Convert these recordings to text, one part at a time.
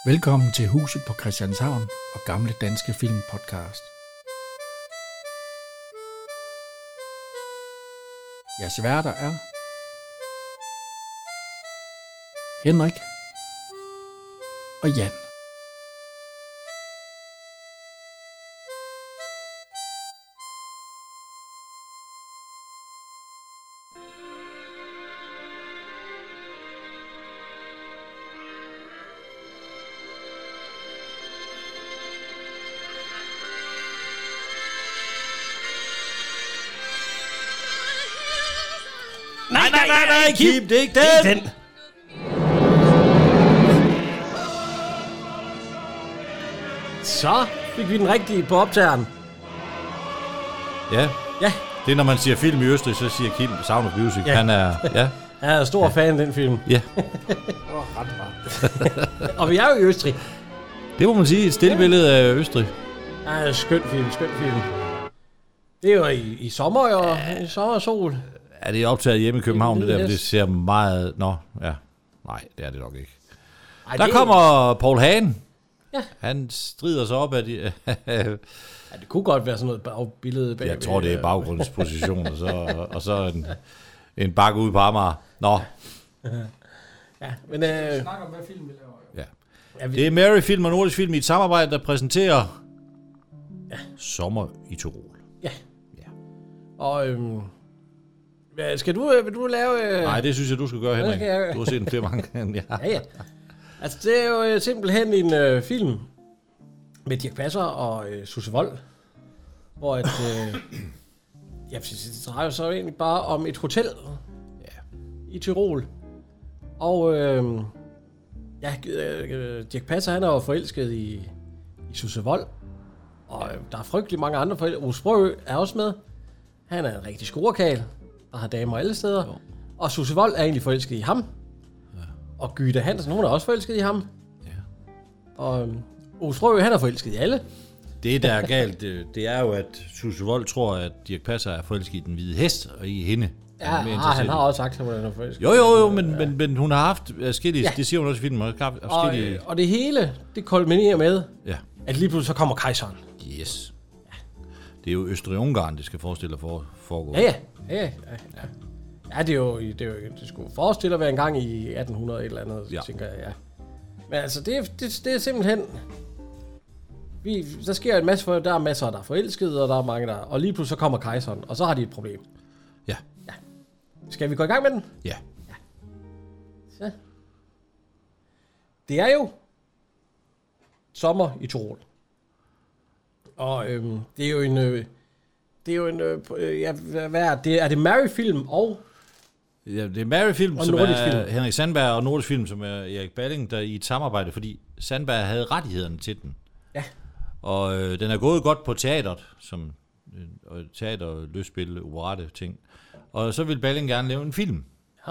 Velkommen til Huset på Christianshavn og Gamle Danske Film Podcast. Jeres værter er Henrik og Jan. Nej, Kim, det er ikke den. Så fik vi den rigtige på optageren. Ja. Ja. Det er, når man siger film i Østrig, så siger Kim Sound of Music. Ja. Han er... Ja. Jeg er stor fan af den film. Ja. Og vi er jo i Østrig. Det må man sige. Et stille billede af Østrig. Ja, skøn film. Det er jo i sommer, og i sommer og sol. Er det optaget hjemme i København, det der? Det ser meget... Nå, ja. Nej, det er det nok ikke. Ej, Der kommer Paul Hagen. Ja. Han strider sig op af de... Ja, det kunne godt være sådan noget bagbillede bag. Jeg tror, det er baggrundsposition, og så en bakke ude på Amager. Nå. Ja, men... Snak om, hvad film vi laver. Ja. Det er Mary Film og Nordisk Film i et samarbejde, der præsenterer Sommer i Tyrol. Ja. Og... vil du lave... Nej, det synes jeg, du skal gøre, Henrik. Okay. Du har set den flere mange gange. Ja. Altså, det er jo simpelthen en film med Dirch Passer og Susse Wold, hvor at... det drejer jo så egentlig bare om et hotel i Tyrol. Og Dirch Passer, han er jo forelsket i Susse Wold. Og der er frygtelig mange andre forældre. Ove Sprogøe er også med. Han er en rigtig scorekal, der har damer alle steder. Jo. Og Susse Wold er egentlig forelsket i ham. Ja. Og Gyda Hansen, hun er også forelsket i ham. Ja. Og Ove Sprogøe, han er forelsket i alle. Det, der er galt, det er jo, at Susse Wold tror, at Dirch Passer er forelsket i den hvide hest, og i hende. Ja, han har også sagt, at hun er forelsket. Jo, men hun har haft forskellige, det siger hun også i filmen, og det hele, det kulminerer med, at lige pludselig så kommer kejseren. Yes. Ja. Det er jo Østrig-Ungarn, det skal forestille at foregå. Ja. Ja, det skulle forestille at være en gang i 1800 et eller andet, tænker jeg, ja. Men altså, det er simpelthen... Der sker en masse, for der er masser, der er forelskede, og der er mange, der... Og lige pludselig så kommer kejseren, og så har de et problem. Ja. Skal vi gå i gang med den? Ja. Så. Det er jo sommer i Tyrol. Og det er jo er det Mary Film og... Ja, det er Mary Film, som er film. Henrik Sandberg, og Nordisk Film, som er Erik Balling, der i et samarbejde, fordi Sandberg havde rettighederne til den. Ja. Og den er gået godt på teateret, som teater, løsspil, operette ting. Og så vil Balling gerne lave en film. Ja.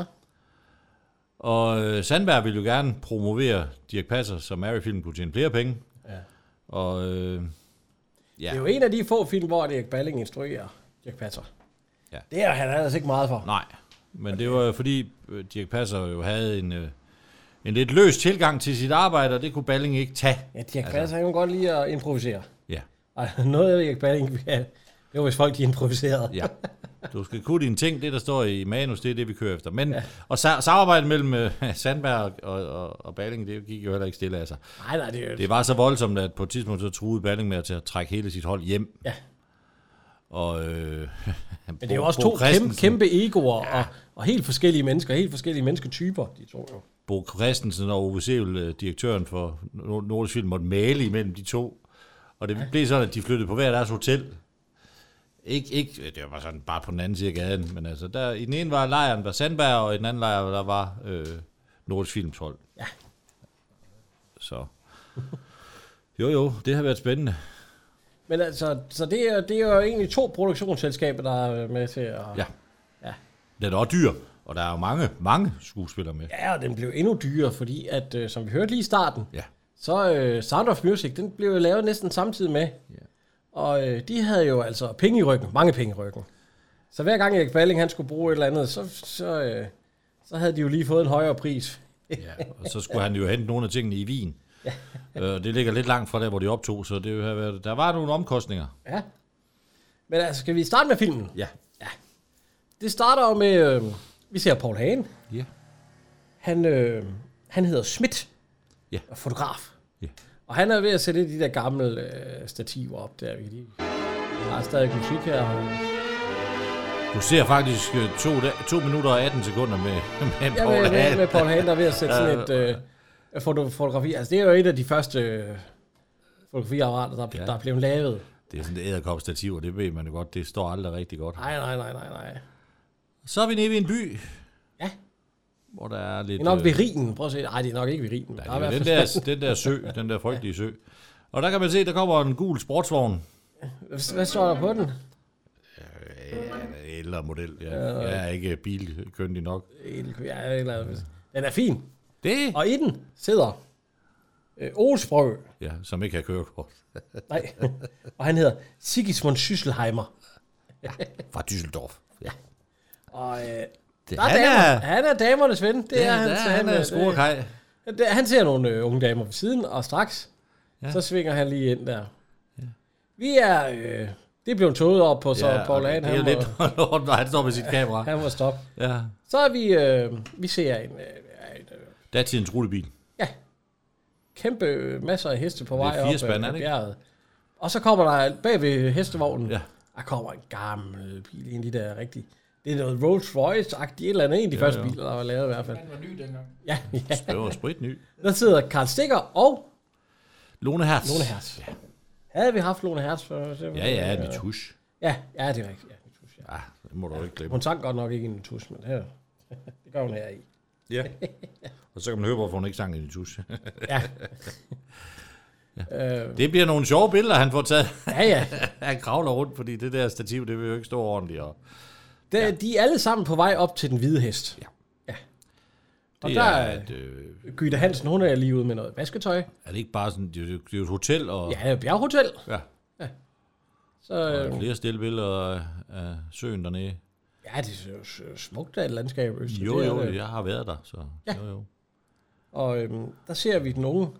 Og Sandberg ville jo gerne promovere Dirch Passer, så Mary Film kunne tjene flere penge. Ja. Og det er jo en af de få film, hvor Erik Balling instruerer Dirch Passer. Ja. Det er han altså ikke meget for. Nej, men det var fordi Dirch Passer jo havde en lidt løs tilgang til sit arbejde, og det kunne Balling ikke tage. Ja, Dirch Passer kan godt lide at improvisere. Ja. Og noget af Erik Balling, det var hvis folk de improviserede. Ja. Du skal kunne dine ting, det der står i manus, det er det, vi kører efter. Men, og samarbejdet mellem Sandberg og Balling, det gik jo heller ikke stille af sig. Nej, det var så voldsomt, at på et tidspunkt så truede Balling med at trække hele sit hold hjem. Ja. Og, men det er jo også to kæmpe egoer, og helt forskellige mennesker, helt forskellige mennesketyper, de to jo. Bo Christensen og Ove Sevel, direktøren for Nordisk Film, måtte male imellem de to. Og det blev sådan, at de flyttede på hver deres hotel. Ikke, det var sådan bare på den anden side af gaden, men altså, der, i den ene var lejren var Sandberg, og i den anden lejr der var Nordisk Films hold. Ja. Så. Jo, det har været spændende. Men altså, så det er jo egentlig to produktionsselskaber, der er med til at... Ja. Den er også dyr, og der er jo mange skuespillere med. Ja, og den blev endnu dyrere, fordi at, som vi hørte lige i starten, så Sound of Music, den blev jo lavet næsten samtidig med. Ja. Og de havde jo altså penge i ryggen, mange penge i ryggen. Så hver gang Erik Balling han skulle bruge et eller andet, så havde de jo lige fået en højere pris. Ja, og så skulle han jo hente nogle af tingene i Wien. Det ligger lidt langt fra der, hvor de optog, så der var nogle omkostninger. Ja. Men altså, skal vi starte med filmen? Ja. Det starter jo med, vi ser Paul Hagen. Ja. Han hedder Schmidt. Ja. Og fotograf. Ja. Og han er ved at sætte de der gamle stativer op der. Der er stadig musik her. Du ser faktisk 2 minutter og 18 sekunder med Paul Hagen. Med Paul Hagen, der er ved at sætte sådan et fotografi. Altså, det er jo et af de første fotografiapparater, der er blevet lavet. Det er sådan et æderkopstativ, og det ved man jo godt. Det står aldrig rigtig godt. Nej. Så er vi nede ved en by. Ja. Hvor der er lidt... Det er nok ved Rhinen. Prøv at se. Nej, det er nok ikke ved Rhinen. Nej, den der sø, den der frygtelige sø. Og der kan man se, der kommer en gul sportsvogn. Hvad står der på den? Ældre model. Jeg er ikke bilkyndig nok. Den er fin. Det? Og i den sidder Olsbrø. Ja, som ikke har kørekort. Nej. Og han hedder Sigismund Schüsselheimer. Fra Düsseldorf. Ja. Og han er damernes ven. Det er han er scorekaj. Han ser nogle unge damer på siden, og straks så svinger han lige ind der. Ja. Vi er... det blev tåget op på, så Paul Hagen... Det er lidt når han står med sit kamera. Han må stoppe. Ja. Så er vi ser en... datidens rullebil. Ja. Kæmpe masser af heste på vej op ad bjerget. Og så kommer der bag ved hestevognen, der kommer en gammel bil, en af de der rigtig... Det er noget Rolls Royce-agtigt, et eller andet, en af de første biler, der var lavet i hvert fald. Den var ny dengang. Ja. Det var spritny. Der sidder Karl Stikker og... Lone Hertz. Ja. Havde vi haft Lone Hertz før? Ja, Nitush. Ja, det er rigtigt. Ja, Nitush, ja, det må du ikke glemme. Hun sang godt nok ikke i Nitush, men her, det gør hun her i. Ja. Og så kan man høre, hvorfor hun ikke sang i Nitush. Ja. Det bliver nogle sjove billeder, han får taget. Ja. Han kravler rundt, fordi det der stativ, det vil jo ikke stå ordentligt. Og... De er alle sammen på vej op til den hvide hest. Ja. Og det der er Gyde Hansen, hun er lige ude med noget vasketøj. Er det ikke bare sådan, det er jo et hotel? Og... Ja, bjerghotel. Ja. Så, flere stille billeder af søen dernede. Ja, det er jo smukt af et landskab. Jo, jeg har været der. Så. Ja. Jo. Og der ser vi den unge.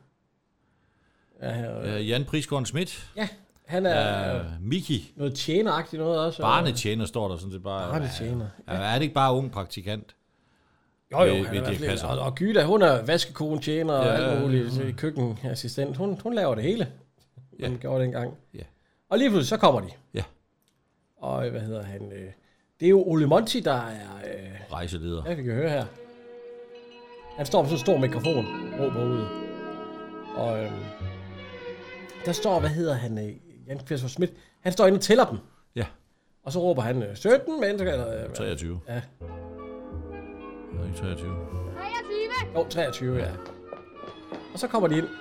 Jan Prisgaard Schmidt. Ja, han er... Miki. Noget tjeneragtigt noget også. Barnetjener står der sådan set bare. Barnetjener. Er det ikke bare ung praktikant? Jo, og Gyda, hun er vaskekone, tjener og alt muligt, køkkenassistent. Hun laver det hele, som hun gjorde dengang. Ja. Og lige pludselig, så kommer de. Ja. Og hvad hedder han? Det er jo Ole Monti, der er... rejseleder. Ja, vi kan høre her. Han står på sådan en stor mikrofon, råber ud. Og der står, hvad hedder han? Jan Christoffer Schmidt. Han står inde og tæller dem. Ja. Og så råber han 17 mennesker. Eller, 23. Ja. Ikke 23. 23! Jo, 23, ja. Og så kommer de ind.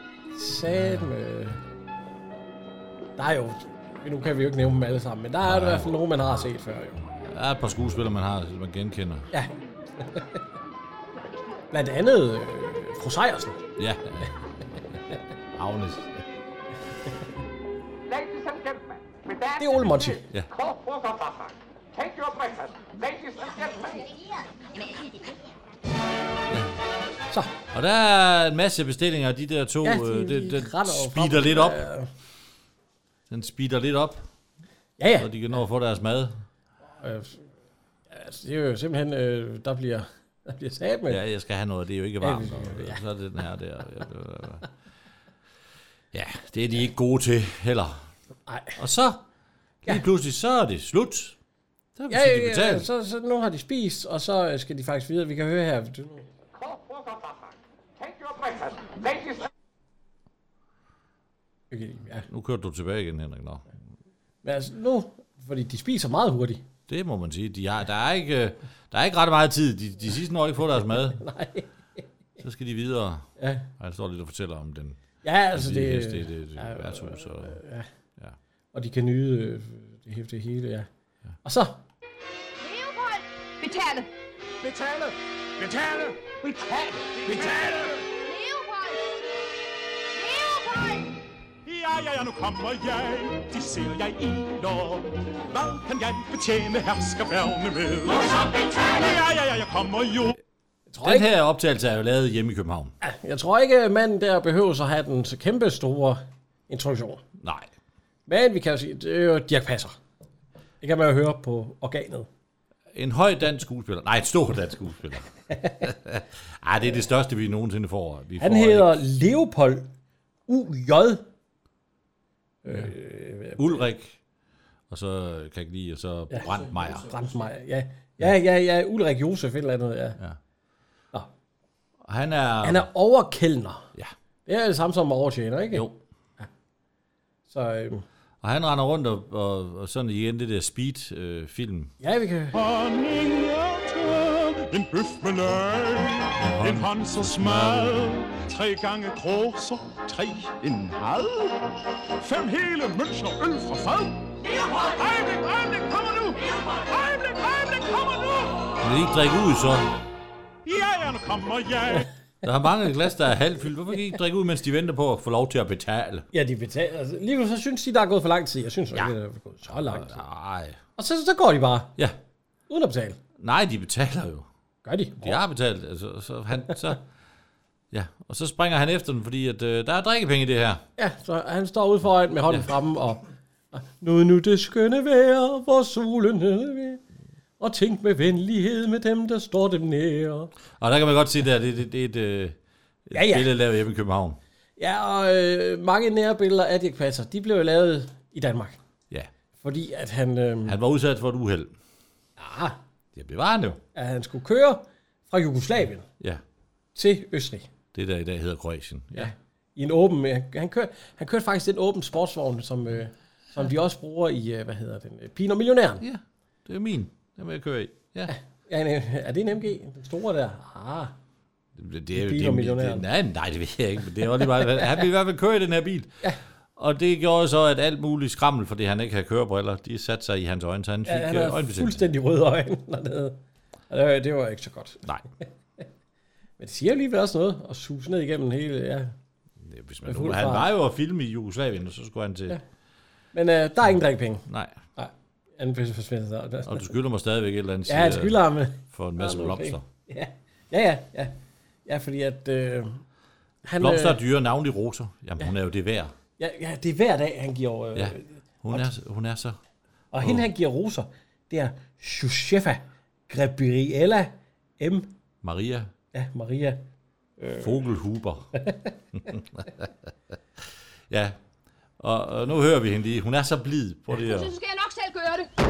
Der er jo... Nu kan vi jo ikke nævne dem alle sammen, men der er i hvert fald nogen, man har set før, jo. Der er et par skuespillere, man genkender. Ja. Blandt andet fru Sejersen. Ja. Agnes. Det er Ole Monti. Ja. Take your places, ladies and gentlemen. Så. Og der er en masse bestillinger af de der to. Den speeder lidt op. Den speeder lidt op. Ja. Så de kan nå at få deres mad. Det er jo simpelthen, der bliver sat med. Ja, jeg skal have noget. Det er jo ikke varmt. Så er det den her der. Ja, det er de ikke gode til heller. Nej. Og så, lige pludselig, så er det slut. Så nu har de spist, og så skal de faktisk videre. Vi kan høre her. Take your places, ladies and Ja. Nu kørte du tilbage igen, Henrik. Nå. Men altså nu, fordi de spiser meget hurtigt. Det må man sige. Der er ikke ret meget tid. De sidste når ikke få deres mad. Nej. Så skal de videre. Ja. Han står lidt og fortæller om den. Ja, altså det er værtshus. Ja. Og de kan nyde det hele, ja. Og så. Leopold! Betale! Betale! Betale! Betale! Betale! Leopold! Leopold! Ja, nu kommer jeg, de ser jeg iler. Hvad kan jeg betjene hersker færne med? Ja, jeg kommer jo. Den her optagelse er jo lavet hjemme i København. Jeg tror ikke, at manden der behøver at have den så kæmpe store introduktion. Nej. Men vi kan jo sige, det er jo Dirch Passer. Det kan man jo høre på organet. En høj dansk skuespiller. Nej, en stor dansk skuespiller. Det er det største, vi nogensinde får. Han hedder Leopold U.J. Ulrik. Og så kan jeg ikke lide, og så Brandmeier. Brandmeier, ja. Ulrik Josef, et eller andet, ja. Nå. Han er overkældner. Ja. Det er det samme som overtjener, ikke? Jo. Ja. Så, og han render rundt og sådan igen det der speed-film. Ja, vi kan... En bøf med løg, en hånd så smal, 3 gange kråser, 3,5. 5 hele mønster øl fra fad. Øjeblik, kommer nu! Øjeblik, kommer nu! Vil I ikke drikke ud så? Ja, nu kommer jeg. Der er mange glas, der er halvfyldt. Hvorfor kan I ikke drikke ud, mens de venter på at få lov til at betale? Ja, de betaler. Altså, lige nu så synes de, der er gået for lang tid. Jeg synes ikke, det er gået så lang tid. Nej. Og så går de bare. Ja. Uden at betale. Nej, de betaler jo. Gør de? De har betalt. Altså, ja, og så springer han efter den, fordi at, der er drikkepenge i det her. Ja, så han står ude foran med hånden fremme og nu det skønne vejr, hvor solen ved. Og tænk med venlighed med dem, der står dem nær. Og der kan man godt se, der det er et billede lavet hjemme i København. Ja, og mange nærbilleder af Dirch Passer, de blev lavet i Danmark. Ja. Fordi at han... han var udsat for et uheld. Ja. Det var han jo. At han skulle køre fra Jugoslavien til Østrig. Det der i dag hedder Kroatien. Ja. I en åben... Han kørte faktisk den åben sportsvogn, som de også bruger i, Pino Millionæren. Ja, det er min. Den vil jeg køre i. Ja. Er det en MG? Den store der? Det er jo Pino Millionæren. Nej, det ved jeg ikke. Men det er også lige meget. Han vil i hvert fald køre i den her bil. Ja. Og det gjorde så, at alt muligt skrammel, fordi han ikke havde kørebriller, de satte sig i hans øjne, så han fik øjenbetændelse. Fuldstændig røde øjne dernede. Det var ikke så godt. Nej. Men det siger alligevel også noget, at suse ned igennem hele... Ja. Hvis man han var jo at filme i Jugoslavien, og så skulle han til... Ja. Men der er ingen drikkepenge. Nej. Anden forsvinder der. Og du skylder mig stadigvæk et eller andet... Ja, han skylder ham. For en masse blomster. Ja. Ja, fordi at... blomster er dyre, navnlig roser. Jamen, hun er jo det værd. Ja, det er hver dag, han giver... Hun er så... Og hende, han giver roser, det er Josefa Gabriela M. Maria. Ja, Maria. Vogelhuber. Ja. Og nu hører vi hende lige. Hun er så blid på det her. Så skal jeg nok selv gøre det.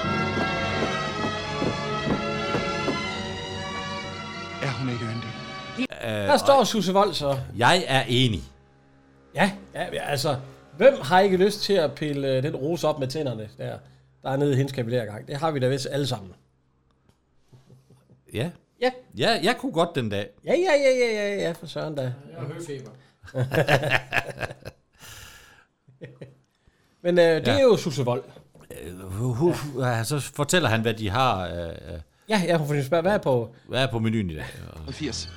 Er hun ikke yndig? Der står Susse Wold så. Jeg er enig. Ja, altså, hvem har ikke lyst til at pille den rose op med tænderne der er nede i hendes kapillærgang? Det har vi da vist alle sammen. Ja. Ja. Ja, jeg kunne godt den dag. Ja, for søren da. Jeg har høfeber. Men det er jo Susse Wold. Så fortæller han, hvad de har. Ja, hun får spørge, hvad er på menuen i dag? 80.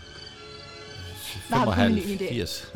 85.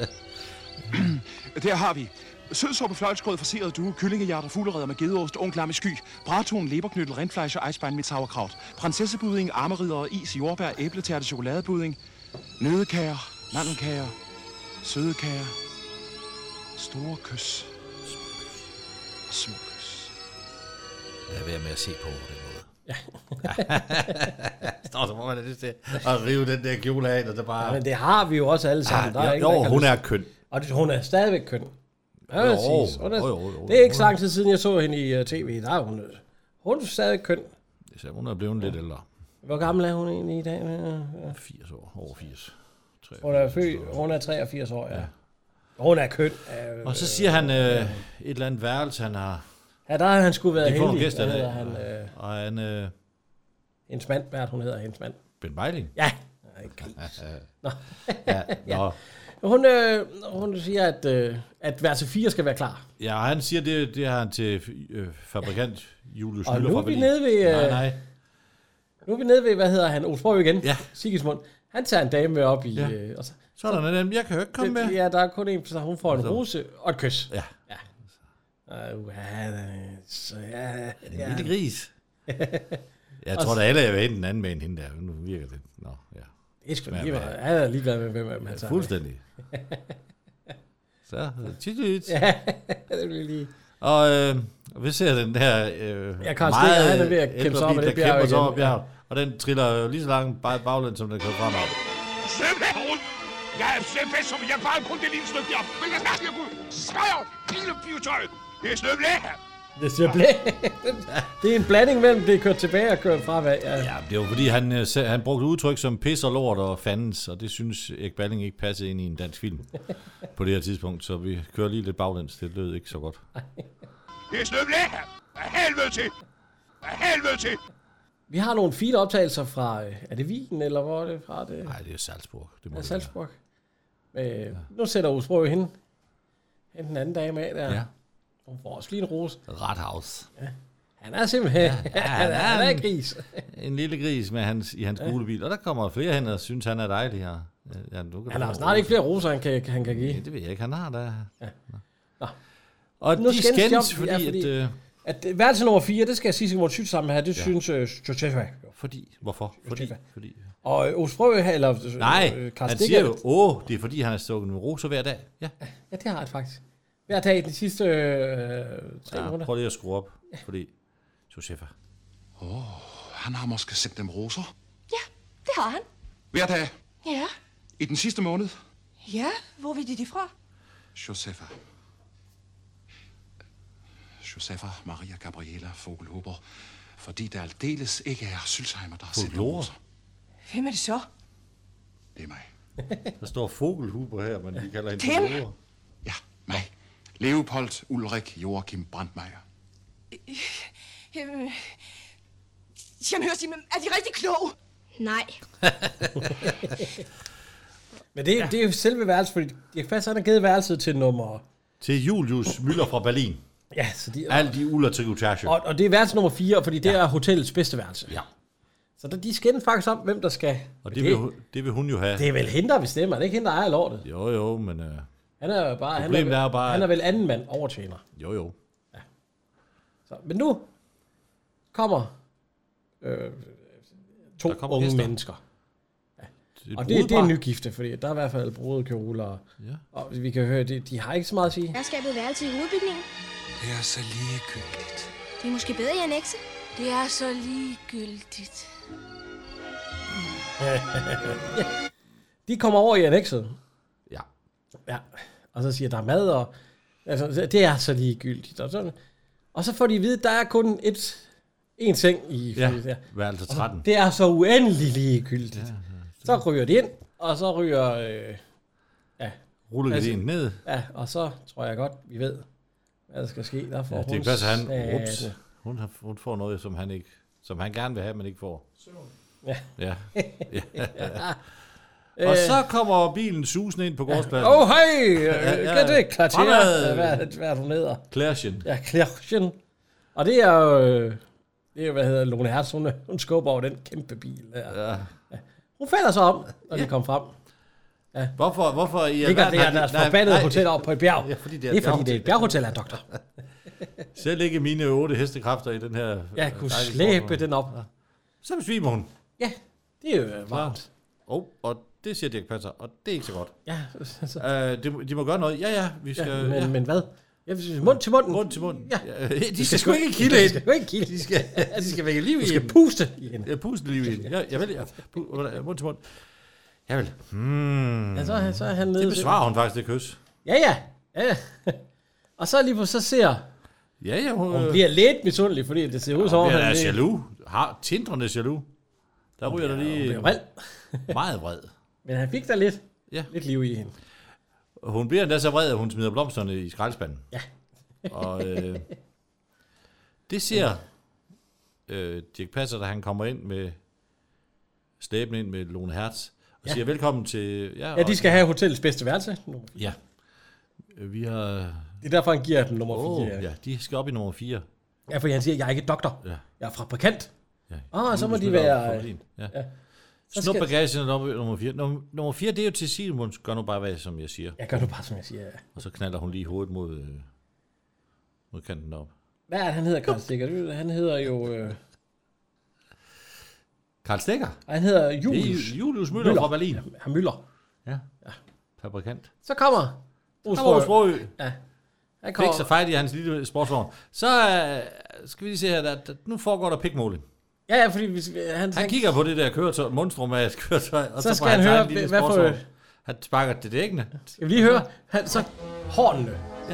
Der har vi sødsuppe, fløjlsgrød, forseret due, kyllingehjerter, fugleredder med gedeost, unglam i sky, bratun, leberknyttel, rindfleisch og eisbein med sauerkraut, prinsessebudding, armerider, is, jordbær, æbletærte, chokoladebudding, nødekager, mandelkager, sødekager, store kys og små kys. Jeg er ved med at se på den måde. Ja. Står så, hvor man er lyst til at rive den der kjole af, og så bare... Ja, men det har vi jo også alle sammen. Hun er køn. Og hun er stadigvæk køn. Jo. Det er ikke så lang tid siden, jeg så hende i tv. Der er hun er stadig køn. Hun er blevet lidt ældre. Hvor gammel er hun egentlig i dag? 80 år. Over 80. Hun er 83 år, ja. Hun er køn. Og så siger han et eller andet værelse, han har... Ja, der har han sgu været heldig. Gæster, og han... hendes mand, hvad hun hedder hendes mand? Ben Beiling? Ja. Nå. Ja. Hun siger, at verse 4 skal være klar. Ja, og han siger, det har han til fabrikant Julius Müller fra Berlin. Og nu er vi nede ved... Nej. Nu er vi nede ved, hvad hedder han? Osbro igen. Ja. Sigismund. Han tager en dame op i... og sådan er den. Jeg kan jo ikke komme med. Ja, der er kun en, så hun får en rose og et kys. Ja. Så ja. En lille gris. Jeg tror da alle, jeg vil hente en anden med end hende der. Nu virker det. Nå, ja. Det er sgu da lige meget. Jeg er ligeglad med, hvem han tager. Fuldstændig. Så, tit. Ja, det bliver lige... Og vi ser den der Karl Stikker, han er ved at kæmpe sig op ad det bjerg igen. Og den triller lige så langt baglæns, som den kan fremad. Jeg er simpelthen som jeg bare kun det lille stykke op. Men jeg snakker jo smager hele fyrtøjet. Det er snøvle. Det siger blæ. Det er en blanding mellem det kørt tilbage og kørt fremad. Ja, det var fordi, han brugte udtryk som pis og lort og fandens, og det synes Erik Balling ikke passede ind i en dansk film på det her tidspunkt, så vi kører lige lidt baglæns. Det lød ikke så godt. Det er snøvle. Af helvede til. Af helvede til. Vi har nogle fine optagelser fra, er det Wien, eller hvor er det fra? Nej, det er Salzburg. Det er Salzburg. Nu sætter Osbro hende den anden dame af der. Ja. Hun får også lige en rose. Rathaus. Ja. Han er simpelthen, han er en gris. En lille gris med i hans gule bil, og der kommer flere hen og synes, han er dejlig her. Ja, han har snart ikke flere roser, han kan give. Ja, det ved jeg ikke, han har der. Ja. Nå. Og nu de skændes, fordi at værelse nummer 4, det skal jeg sige, at Sygt sammen her, det synes Josefa. Fordi, hvorfor? Fordi. Og Osbro, eller nej, Karl han Stikker, siger jo, det er fordi, han har stukket med roser hver dag. Ja, det har han faktisk. Hver dag i de sidste 3 måneder. Prøv lige at skrue op, fordi Josefa. Han har måske sendt dem roser. Ja, det har han. Hver dag. Ja. I den sidste måned. Ja, hvor ved de fra? Josefa. Josefa Maria Gabriela Vogelhuber. Fordi der aldeles ikke er Sylsheimer, der har sendt dem roser. Hvem er det så? Det er mig. Der står Vogelhuber her, men vi kalder hende Tim? Vogelhuber. Ja, mig. Leopold Ulrik Joachim Brandmeier. Jeg hører sige, er de rigtig kloge? Nej. Men det er jo selve værelset, fordi det er faktisk, han har givet værelset til nummer... Til Julius Müller fra Berlin. Ja, så alle de uller til Gutage. Og det er værelse nummer 4, fordi det er hotellets bedste værelse. Ja. Så de skændes faktisk om, hvem der skal... Og det vil hun jo have. Det er vel hende, der bestemmer. Det er ikke hende, der ejer lortet. Jo, men... Han er jo bare... Han er vel anden mand overtjener. Jo. Ja. Så, men nu kommer 2 unge gæster. mennesker. Ja. Og det er nygifte, fordi der er i hvert fald brudekjoler. Ja. Og vi kan høre, de har ikke så meget at sige. Der skal skabet værelse i hovedbygningen. Det er så ligegyldigt. Det er måske bedre i annekse. Det er så ligegyldigt. De kommer over i annekset. Ja. Ja. Og så siger der er mad, og altså, det er så ligegyldigt. Og så får de at vide, at der er kun en seng i værelse 13. Det er så uendelig ligegyldigt. Ja. Så ryger de ind, og så ryger... Rullegardinen ned. Ja, og så tror jeg godt, vi ved, hvad der skal ske. Der får det passer hun får noget, som han gerne vil have, men ikke får. Ja. Og så kommer bilen susende ind på gårdspladsen. Hej! Kan det klartere? Hvad er du neder? Klærchen. Ja, Klærchen. Og det er jo, hvad hedder Lone Hertz, hun skubber over den kæmpe bil der. Ja. Hun falder så om, når de kommer frem. Ja. Hvorfor i ligger deres forbandede hotel op på et bjerg? Ja, fordi det er fordi, det er et bjerghotel, er doktor. Selv ikke mine 8 hestekræfter i den her... Jeg kunne slæbe den op. Ja. Så besvimer hun. Ja, det er jo varmt. Og det siger Dirch Passer, og det er ikke så godt. Ja. De må gøre noget. Ja, vi skal... Men hvad? Ja, mund til munden. Mund til munden. Ja. De skal sgu ikke kilde ind. De skal vække liv i. De skal puste i hende. Ja, puste liv i hende. Jeg vil. Mund til mund. Jeg vil. Ja, så er han nede. Det besvarer hun faktisk, det kys. Ja. Og så lige på så ser... Ja, hun bliver lidt misundelig, fordi det ser ud som om... Hun er jaloux. Tindrende jaloux. Der ryger der lige... Hun bliver vred. Meget vred. Men han fik da lidt liv i hende. Hun bliver endda så vred, at hun smider blomsterne i skraldespanden. Ja. Og det ser Dirch Passer, da han kommer ind med slæben ind med Lone Hertz, og siger velkommen til... Ja, de skal have hotellets bedste værelse. Ja. Vi har... Det er derfor, han giver dem nummer 4. Ja, de skal op i nummer 4. Ja, fordi han siger, jeg er ikke doktor. Ja. Jeg er fabrikant. Ja. Så må de være... Ja. Snup bagagen op i nummer 4. Nummer 4, det er jo til Silmund. Gør nu bare, som jeg siger. Jeg gør nu bare, som jeg siger, ja. Og så knalder hun lige hovedet mod kanten op. Hvad er det, han hedder, Karl Stikker? Han hedder jo... Karl Stikker. Han hedder Julius. Det er Julius Müller fra Berlin. Ja, Müller. Ja. Fabrikant. Så kommer Osprø. Ja. Han Fik så fejl i hans lille sportsvogn. Så skal vi lige se her, nu foregår der pikmåling. Ja, fordi han kigger på det der køretøj, monstrumæs køretøj, og så skal han høre, hvad for... Han sparker det dækkene. Skal vi lige høre? Så hornene. Ja.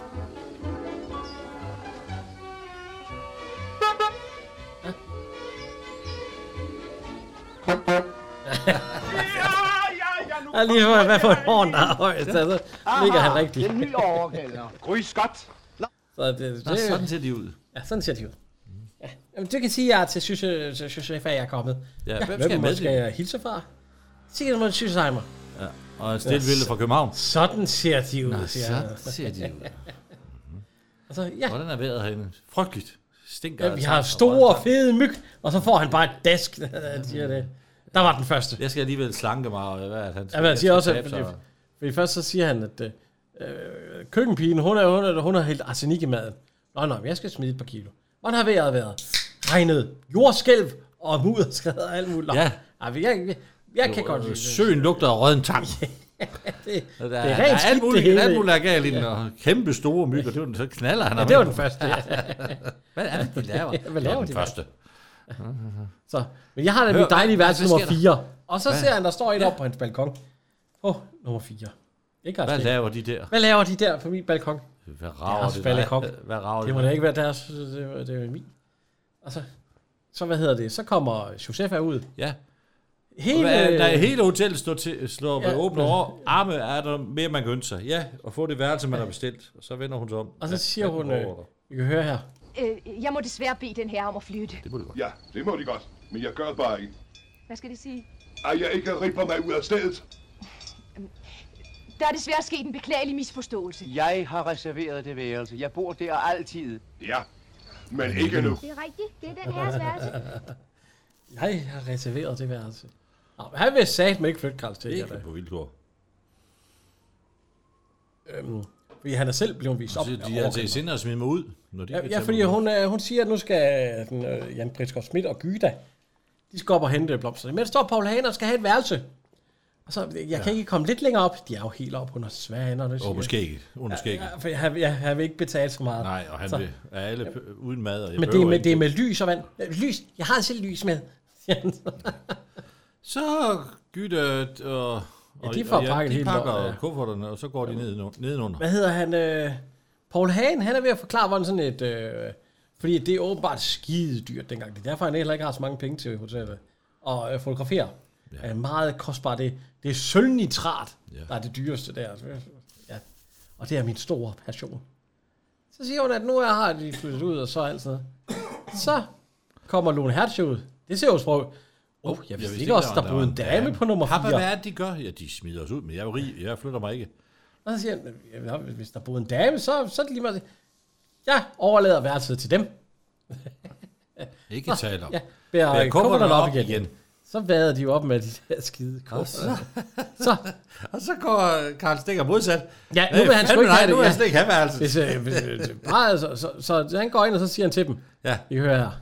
Jeg lige høre, hvad for et horn, der er højst. Så ligger han rigtigt. En ny overkælder. Grys godt. Sådan ser de ud. Ja, sådan ser de ud. Ja. Jamen, du kan sige, at jeg er til Josef, jeg er kommet. Ja, hvem skal jeg hilse fra? Sikkert må Sysheimer. Ja, og en stilvælde fra København. Sådan ser de ud, sådan ser de ud. Altså, ja. Hvordan er vejret herinde? Frygteligt. Stinker. Ja, vi har store, fede myg, og så får han bare et dask, siger det. Der var den første. Jeg skal alligevel slanke mig, og hvad er han? Ja, han siger også, fordi først så siger han, at køkkenpigen, hun har hældt arsenik i maden. Nå, jeg skal smide et par kilo. Hvordan har vejret været? Regnet, jordskælv og mudderskred og alt muligt. Ja. Jeg kan godt lide det. Søen lugter af rødden tang. det er rent skidt det hele. Alt muligt er galt i den, og kæmpe store myg, og så knaller han. Ja, det var den første. Hvad er det, de laver? Hvad laver den første? Så, men jeg har da mit dejlige værelse nummer 4. Og så ser han, der står et op på hans balkon. Nummer 4. Hvad laver de der? Hvad laver de der på min balkon? Hvad rager det? Det må da ikke være deres, det er min. Og så hvad hedder det? Så kommer Josefa ud. Ja. Hele hotellet slår med åbne arme, er der mere, man kan ønske sig. Ja, og få det værelse, man har bestilt. Og så vender hun sig om. Og så siger hun, vi kan høre her. Jeg må desværre bede den her om at flytte. Det må du godt. Ja, det må de godt. Men jeg gør det bare ikke. Hvad skal det sige? At jeg ikke ripper mig ud af stedet. Der er desværre sket en beklagelig misforståelse. Jeg har reserveret det værelse. Jeg bor der altid. Ja, men ikke nu. Det er rigtigt. Det er den herres værelse. Jeg har reserveret det værelse. Han vil satme ikke flytte Karl Stikker. Ikke på vilkår. Fordi han er selv blevet vist op. De er til sinde at smide mig ud. Når de fordi hun siger, at nu skal Jan Pritzker Schmidt og Gyda, de skal op og hente blomster. Men der står Paul Haner skal have et værelse. Og så, jeg kan ikke komme lidt længere op. De er jo helt op under svære. Måske ikke. For jeg vil ikke betale så meget. Nej, og han vil alle uden mad. Og men det er med lys og vand. Lys. Jeg har selv lys med. Så Gyda og de får pakket helt pakker kufferterne, og så går de nedenunder. Hvad hedder han? Paul Hagen, han er ved at forklare, hvordan sådan et... fordi det er åbenbart skide dyrt dengang. Det er derfor, han heller ikke har så mange penge til hotellet. Og fotografere er meget kostbart. Det er sølvnitrat, der er det dyreste der. Ja. Og det er min store passion. Så siger hun, at nu har de flyttet ud, og så alt sådan noget. Så kommer Lone Hertzog ud. Det ser jo sprog. Jeg vidste ikke også, der boede en dame på nummer 4. Papa, hvad er det, de gør? Ja, de smider os ud, men jeg er jo rig. Jeg flytter mig ikke. Og så siger han, hvis der boede en dame, så er det lige meget. Jeg overlader værelset til dem. Ikke tale om. Jeg kommer der op igen. Så vader de jo op med de der skide kuffer. Og så går Karl Stikker modsat. Ja, nu vil han sgu ikke have det. Nu vil han slet ikke have værelset. Så han går ind, og så siger han til dem. Ja. I hører her.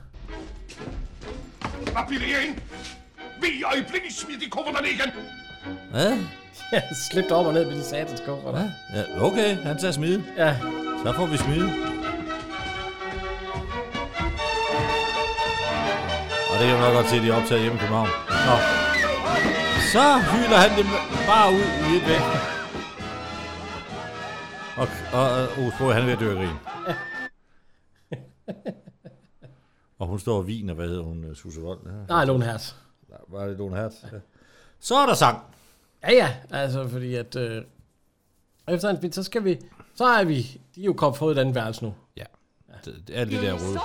Hvad bliver det ind? Vi i øjeblikket smider de kufferterne igen. Hvad? Ja, slippet op og ned med de satans kufferter. Ja, okay, han tager smide. Ja. Så får vi smide. Og det kan man nok godt se, at de er optaget hjemme i København. Nå. Så hylder han dem bare ud i et væk. Og han er ved at dø af grin. Og hun står og viner, hvad hedder hun, Susse Wold? Nej, Lone Hertz. Var det Lone Hertz? Ja. Så er der sang. Ja, altså fordi at... efter en bit, så er vi... De er jo kommet fra et andet værelse nu. Ja. Det er det der røde.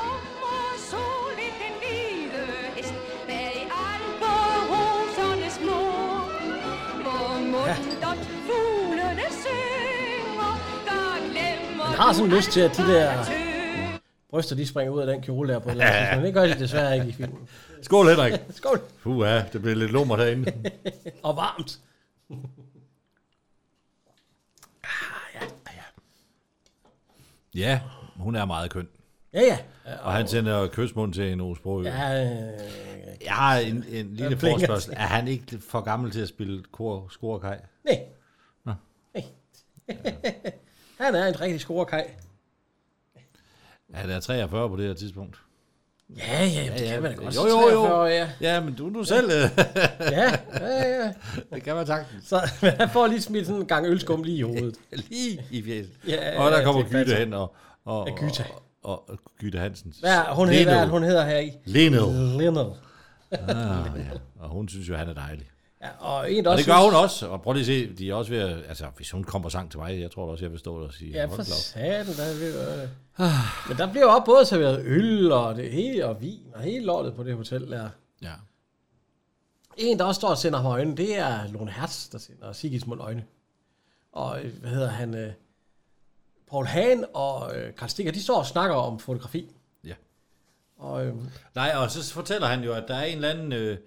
Jeg har sådan lyst til, at de der bryster, de springer ud af den kjole der på en eller anden. Men det gør de desværre ikke i filmen. Skål, Henrik. Skål. Puha, det bliver lidt lummer derinde. Og varmt. Ja, hun er meget køn. Ja. Og han sender kysmund til en Ove Sprogøe. Ja, Jeg har en lille forspørgsel. Er han ikke for gammel til at spille scorekaj? Nej. Nå. Nej. Han er en rigtig scorekaj. Ja, der er 43 på det her tidspunkt. Ja, det kan man da godt. Jo. Ja. Ja, men du selv. Ja. Det kan man sagtens. Så han får lige smidt sådan en gang ølskum lige i hovedet. Lige i fjeset. Ja, og der kommer det er Gytte hen og Gytte. Og Gytte Hansen. Hvad hun hedder her i? Leno. Og hun synes jo, han er dejlig. Ja, og det gør hun også. Og prøv lige at se, de er også ved at, altså hvis hun kommer sang til mig, jeg tror også, jeg vil stå der og sige. Ja, for satan, men der bliver jo også både serveret øl og det hele, og vin, og hele lortet på det hotel der. Ja. En, der også står og sender ham øjne, det er Lone Hertz, der sender Sigismund øjne. Og hvad hedder han? Paul Hahn og Karl Stikker, de står og snakker om fotografi. Ja. Og, nej, og så fortæller han jo, at der er en eller anden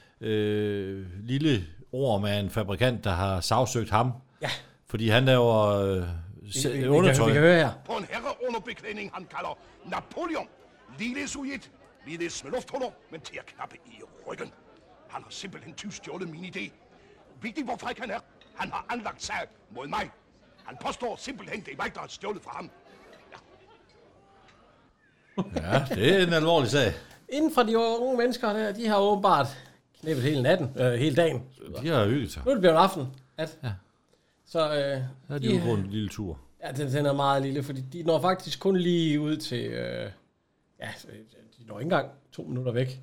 lille ord med en fabrikant, der har sagsøgt ham. Ja. Fordi han laver undertøj. Vi kan høre her. På en herreunderbeklædning, han kalder Napoleon. Ligeledes ujet, ligeledes med lufthuller, men til at knappe i ryggen. Han har simpelthen tyvstjålet min idé. Vigtigt, hvor fræk han er. Han har anlagt sag mod mig. Han påstår simpelthen, det er mig, der har stjålet fra ham. Ja, det er en alvorlig sag. Inden for de unge mennesker der, de har åbenbart knæppet hele natten, hele dagen. De har hygget sig. Nu er det blevet aften. Ja. Så der er de jo på en lille tur. Ja, den er meget lille, fordi de når faktisk kun lige ud til... de når ikke engang 2 minutter væk.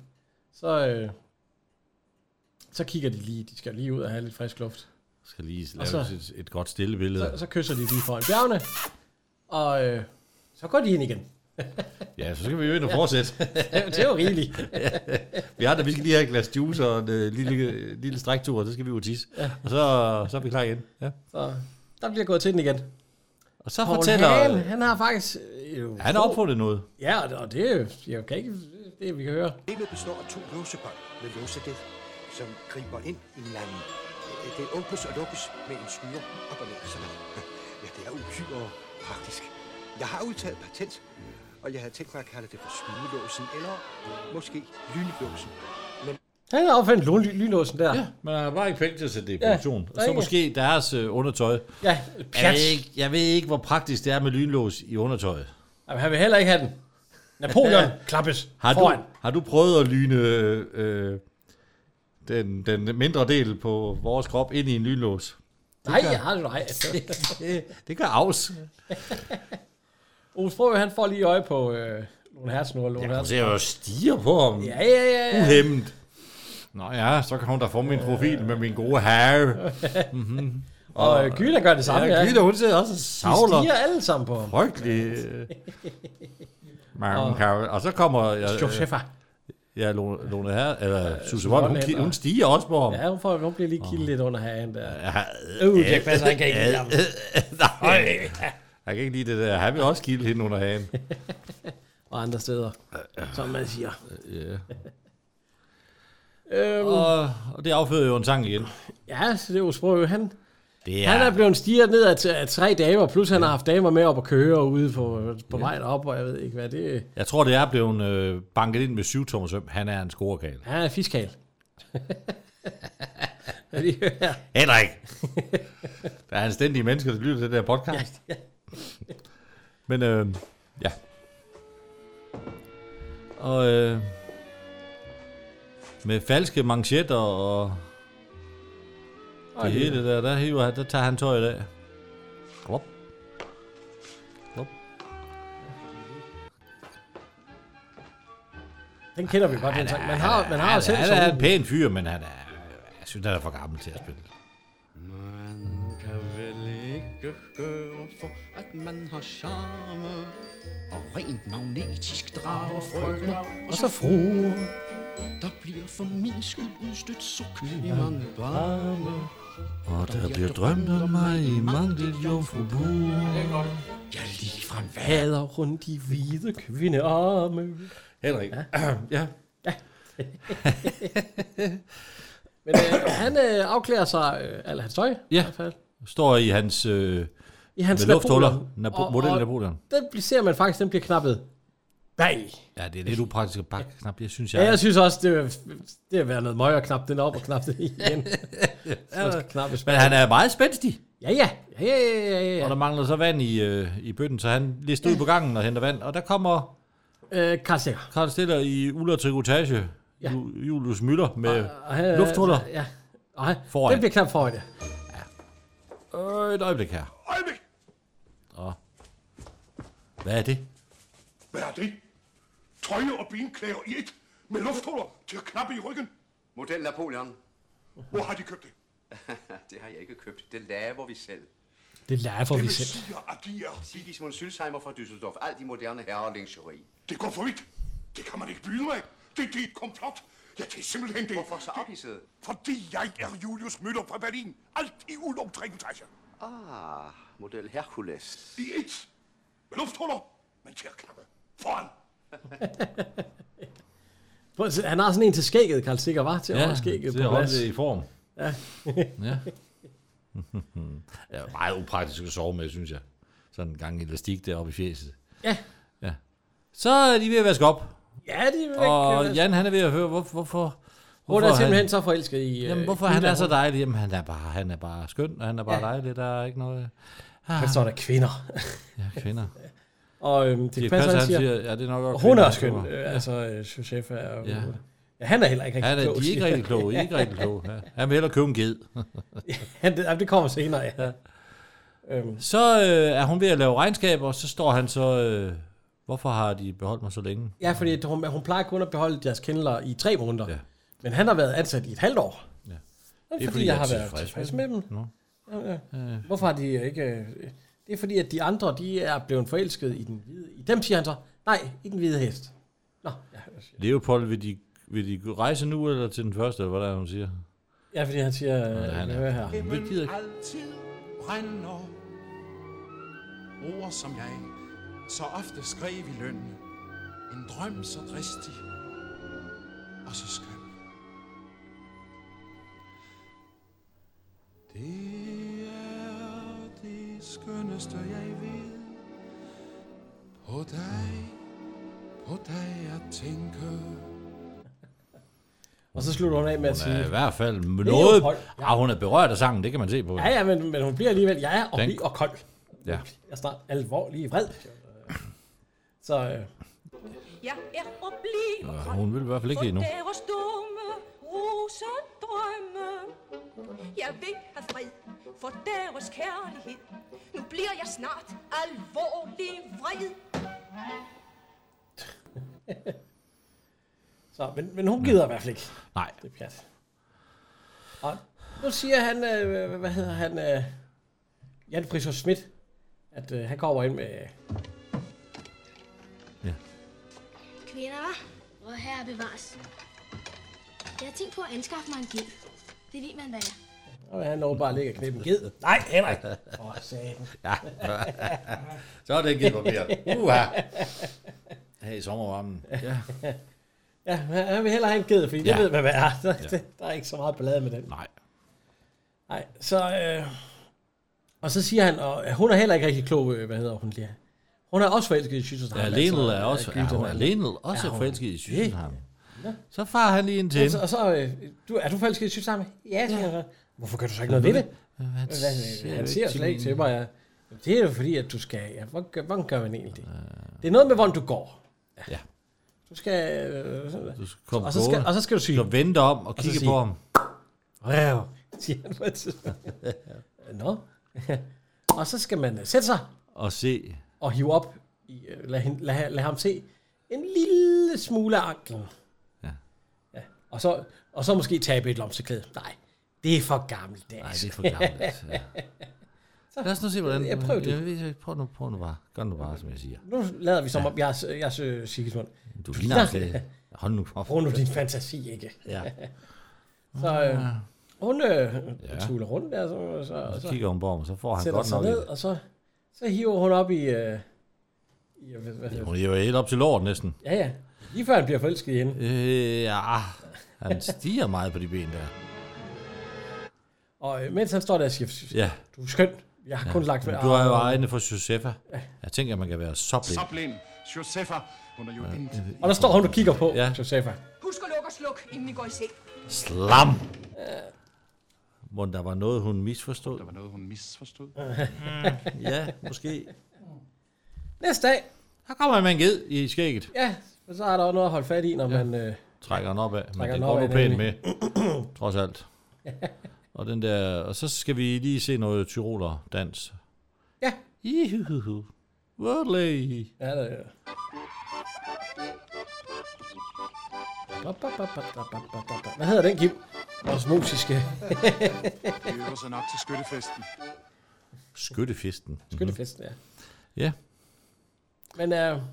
Så kigger de lige. De skal lige ud og have lidt frisk luft. Skal lige lave et godt stille billede. Så kysser de lige foran bjergene. Og så går de ind igen. Ja, så skal vi jo ind og fortsætte. Det er jo rigeligt. Vi skal lige have et glas juice og en lille stræktur, og så skal vi jo tisse. Ja. Og så er vi klar igen. Ja. Så der bliver gået til den igen. Og så fortæller... Han har faktisk... Han har opfundet noget. Ja, og det er jo ikke det, vi kan høre. Systemet består af 2 låsebånd med låsedæk, som griber ind i hinanden. Det åbnes og lukkes med en styre op og ned. Sådan. Ja, det er uhyre praktisk. Jeg har udtaget patent, og jeg havde tænkt mig at kalde det for skyndelåsen, eller måske lynlåsen. Men han har opfundet lynlåsen der. Ja, men han har bare ikke penge til at sætte det i produktion. Og så måske deres undertøj. Ja, jeg ved ikke, hvor praktisk det er med lynlås i undertøjet. Jamen, han vil heller ikke have den. Napoleon klappes foran. Har du prøvet at lyne den mindre del på vores krop ind i en lynlås? Nej, jeg har det nej. Det kan afs. Ove Sprogøe, han får lige øje på Lone Hertz nu. Jeg ser jo stiger på ham. Ja. Uhæmmet. Nå ja, så kan hun da få min profil med min gode herre. Mm-hmm. Og Gyda gør det samme, ja. Gyda, hun sidder også og savler. De stiger alle sammen på ham. Frygtelig. Og så kommer... Josefa. Ja, Lone her, eller Susse Wold, hun stiger også på ham. Ja, hun bliver lige kildet lidt under hagen der. Det passer, han kan ikke lide ham. Nej, han kan ikke lide det der. Han vil også kilde hende under hagen. Og andre steder, som man siger. Og det afføder jo en sang igen. Ja, så det er jo Sprogøe. Han er blevet stiget ned af 3 damer, plus han har haft damer med op og køre ude på vejen op, og jeg ved ikke, hvad det er. Jeg tror, det er blevet banket ind med 7-tommersøm. Han er en scorekal. Han er en fiskal. Henrik! Der er anstændige mennesker, der lytter til det der podcast. Ja. Men ja. Og med falske manchetter og det hele der tager han tøjet af. Klop. Den kender vi godt, den sang. Man har selv han er en pæn fyr, men jeg synes, han er for gammel til at spille. Man kan vel ikke gøre for, at man har charme, og rent magnetisk drager frøkner og så fruer. Der bliver for min skyld udstødt suk i mange varme. Og der bliver drømt om mig i mange jomfrubuer. Jeg ligefrem vader rundt i hvide kvindearme. Henrik. Ja. Men han afklæder sig alt hans tøj. Ja, i hvert fald. Står i hans, i hans lufthuller. Model Napoleon. Den ser man faktisk, den bliver knappet bag. Ja, det er lidt upraktisk at bakke knap, det synes jeg. Ja, jeg synes også, det vil være noget møg at knappe den op og knappe det igen. Men han er meget spændstig. Ja. Og der mangler så vand i bøtten, så han lister ud på gangen og henter vand. Og der kommer Karl Stiller i uld og trikotage. Ja. Julius Müller med lufthuller. Ja. Foran. Det bliver knap foran det. Ja. Et øjeblik her. Øjeblik! Og hvad er det? Hvad er det? Trøje og benklæder i et, med lufthuller til at knappe i ryggen. Model Napoleon. Hvor har de købt det? Det har jeg ikke købt. Det laver vi selv. Det laver vi selv. Det betyder, at de er... Sigismund Sylsheimer fra Düsseldorf. Alt i moderne herrelingerie. Det går for vidt. Det kan man ikke byde mig. Det er et komplot. Ja, det er simpelthen det. Hvorfor så ophidset? Fordi jeg er Julius Müller fra Berlin. Alt i uld og trikotage. Model Hercules. I et. Med lufthuller, men til at knappe. Foran. Han har sådan en til skægget, Karl Stikker, var til at holde skægget på plads. Ja, det i form. Ja. Ja, meget upraktisk at sove med, synes jeg. Sådan en gang elastik deroppe i fjeset. Ja. Så er de ved at vaske op. Ja, de er ved at Og Jan, han er ved at høre, hvorfor hun er simpelthen så forelsket i... Jamen, hvorfor han er så dejlig? Jamen, han er bare skøn, og han er bare dejlig. Der er ikke noget... Han står der kvinder. Ja, kvinder. Og det passer, han siger, ja, det er nok også hun er skøn. Altså, Josefa er... Ja, han er heller ikke rigtig klog. De er ikke rigtig kloge. Ja. Han vil hellere købe en ged. Det kommer senere, ja. Så er hun ved at lave regnskaber, og så står han så... hvorfor har de beholdt mig så længe? Ja, fordi hun plejer kun at beholde deres kendler i 3 måneder. Ja. Men han har været ansat i et halvt år. Ja. Det er fordi jeg har været tilfreds med dem. No. Ja. Hvorfor har de ikke... Det er fordi, at de andre, de er blevet forelsket i den hvide... I dem siger han så, nej, i den hvide hest. Nå, ja. Leopold, vil de rejse nu, eller til den første, eller hvad der hun siger? Ja, fordi han siger... Han altid brænder ord som jeg så ofte skrev i løn. En drøm så dristig og så skøn. Det er det skønneste jeg ved. På dig at tænke. Og så slutter hun af med at sige... Hun er i hvert fald noget... hun er berørt af sangen, det kan man se på. Ja, men hun bliver alligevel... Jeg er blid og kold. Ja. Jeg er snart alvorlig vred. Så... Jeg er obliv og hun vil i hvert fald ikke endnu. For deres dumme rosedrømme. Jeg vil have fred for deres kærlighed. Nu bliver jeg snart alvorlig vred. Så, men hun gider i hvert fald ikke. Nej. Det er pjat. Og nu siger han, hvad hedder han, Jan Friis Schmidt, at han kommer ind med... Ja. Kvinder, hvor herre bevares. Jeg har tænkt på at anskaffe mig en ged. Det ved man, hvad er. Og han når bare ligge og knæppe en ged. Nej, Henrik! Satan. Ja. Så er det ikke papir. Her i sommervarmen. Ja. Ja, han vil hellere have en ged, fordi det ved man, hvad er. Der er ikke så meget ballade med den. Nej, så... og så siger han, og hun er heller ikke rigtig klog, hvad hedder hun lige. Hun er også forelsket i Schützenheim. Ja, Lenel er også, forelsket i Schützenheim. Ja. Så farer han lige ind til hende. Og så, er du forelsket i Schützenheim? Ja, siger han så. Hvorfor gør du så ikke noget ved det? Han siger slet ikke til mig. Det er jo fordi, at du skal... Ja, hvordan gør man egentlig det? Det er noget med, hvordan du går. Ja. Du skal... og så skal du sige... Du skal vente om og kigge på ham. Siger han på et tidspunkt. Nå. Og så skal man sætte sig. Og se. Og hive op. Lad ham se en lille smule af anklen. Ja. Og så måske tabe et lomseklæde. Nej, det er for gammeldags. Nej, det er for gammeldags, ja. Lad os nu se, hvordan... Jeg prøver det. Prøv nu bare. Gør nu bare, som jeg siger. Nu lader vi som om, jeg er Sigismund. Du ligner slet. Hold nu op. Brug nu din fantasi, ikke? Ja. Så hun tuller rundt der, så kigger hun på ham, så får han godt nok ned, og så hiver hun op i hun hiver helt op til lort næsten. Ja. Lige før han bliver forelsket i hende. Han stiger meget på de ben der. Og mens han står der og siger, du er skøn. Jeg har kun lagt med du har jo egne for Josefa. Jeg tænker, at man kan være så blind. Så blind, Josefa, hun er jo intet. Og der står hun og kigger på Josefa. Husk at lukke og slukke, inden I går i seng. Slam! Må der var noget, hun misforstod? Der var noget, hun misforstod? Ja, måske. Næste dag. Her kommer han med en ged i skægget. Ja, og så er der også noget at holde fat i, når man... Trækker den opad, men det den går nu opad, pænt nemlig. med, trods alt. Og den der, og så skal vi lige se noget tyroler dans. Ja. Ihuhuhu. Wordley. Ja, det er. Hvad hedder den, Kim? Vores musiske. Vi øver sig nok til skyttefesten. Skyttefesten. Skyttefesten, ja. Ja. Men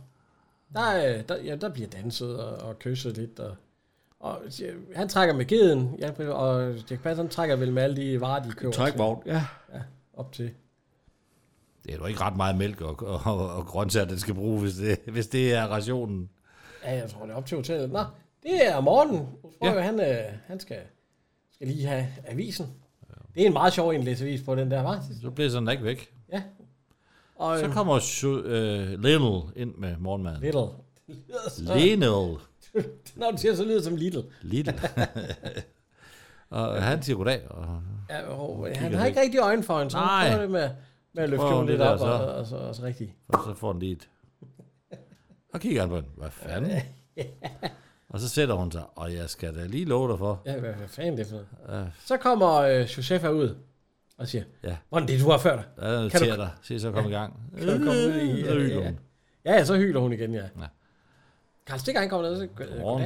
der bliver danset og kysset lidt, og han trækker med geden, og Dirch Passer trækker vel med alle de varer, de køber. Trækvogn, ja. Op til. Det er jo ikke ret meget mælk og grøntsager, den skal bruge, hvis det er rationen. Ja, jeg tror, det er op til hotellet. Nå, det er Morten. Han skal lige have avisen. Det er en meget sjov indlæsavis på den der, var. Så bliver sådan ikke væk. Ja. Og, så kommer Little ind med morgenmaden. Little. Little. Når du siger, så lyder det som Little. Little. Og han siger goddag. Han har ikke rigtig øjne for hende, så han prøver det med at løfte hende lidt op, og så rigtigt. Og så får han lige et. Og kigger han på hende. Hvad fanden? Og så sætter hun sig, og jeg skal da lige love dig for. Ja, hvad fanden det er for noget. Så kommer Josefa ud og siger, hvordan det du har før dig? Kan du dig? Se, så kom i gang. Kan du komme ud i... Så hyler hun. Ja, så hyler hun igen, ja. Karl Stikker, han kommer ned, så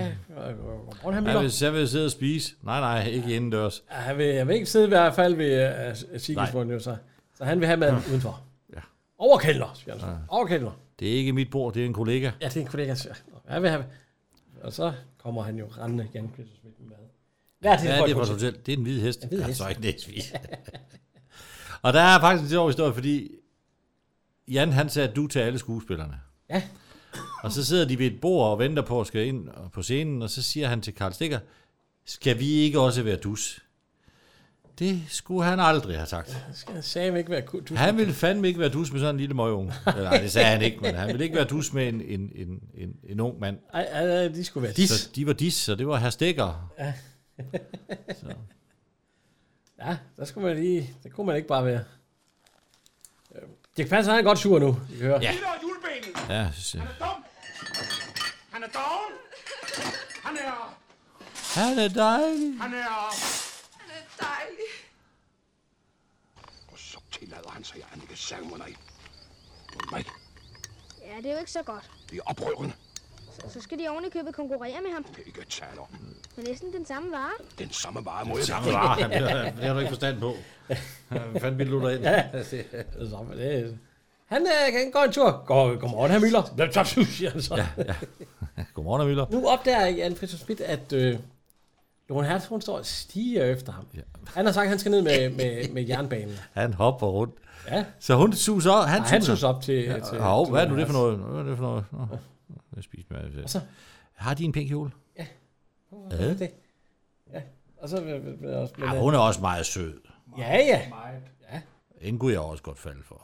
jeg vil sidde og spise. Nej, ikke indendørs. Han vil ikke sidde i hvert fald ved Sigismund, så han vil have maden udenfor. Ja. Overkælder, siger han så. Overkælder. Det er ikke mit bord, det er en kollega. Ja, det er en kollega. Han vil have. Og så kommer han jo rendende Jan Christensen med mad. Det er på et hotel. Det er en hvid hest. Det er så ikke næsvis. Og der er faktisk en sjov historie, fordi Jan, han sagde du til alle skuespillerne. Ja. Og så sidder de ved et bord og venter på at skal ind på scenen, og så siger han til Karl Stikker, skal vi ikke også være dus? Det skulle han aldrig have sagt. Skal han ikke være dus? Han ville fandme ikke være dus med sådan en lille møgunge. Nej, det sagde han ikke, men han ville ikke være dus med en ung mand. Ej, de skulle være dis. Så de var dis, så det var herr Stikker. Ja. Ja, der skulle man lige... Det kunne man ikke bare være. Dirch Passer, han er godt sur nu. I hører. Ja. Julebenet. Ja, Han er dum. Han er doven. Han er... Han er dejlig. Han er... Han er dejlig. Og så tillader han sig at anlægge sermoner i. Mig. Ja, det er jo ikke så godt. Det er oprørende. Så skal de oven i købet konkurrere med ham. Det er ikke tale om. Det er næsten den samme vare. Den samme vare må Den jeg... samme vare, det har du ikke forstand på. Hvad fanden vil du derind? Ja, han går en tur. Godmorgen, herr Müller. Siger han så. Ja. Godmorgen, herr Müller. Nu opdager Jan Fritz Schmidt, at Johan Hertz, hun står og stiger efter ham. Ja. Han har sagt, at han skal ned med jernbanen. Han hopper rundt. Ja. Så hun suser op. Han suser op til... Hvad er nu det for noget? Hvad er det for noget? Jeg spiser med. Og så, har de en pæn kjole? Ja. Det. Ja. Og så hun er også meget sød. Ja. En kunne jeg også godt falde for.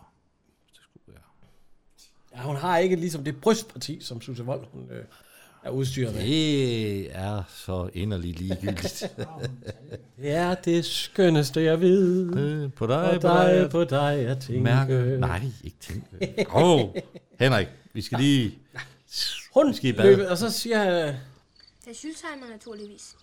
Ja, hun har ikke ligesom det brystparti, som Susse Wold, hun er udstyret med. Det er så inderligt ligegyldigt. Det er det skønneste, jeg ved. På dig, jeg tænker. Mærke. Nej, ikke tænke. Henrik, vi skal lige... Hun løber, og så siger han... Det er Schultheimer naturligvis.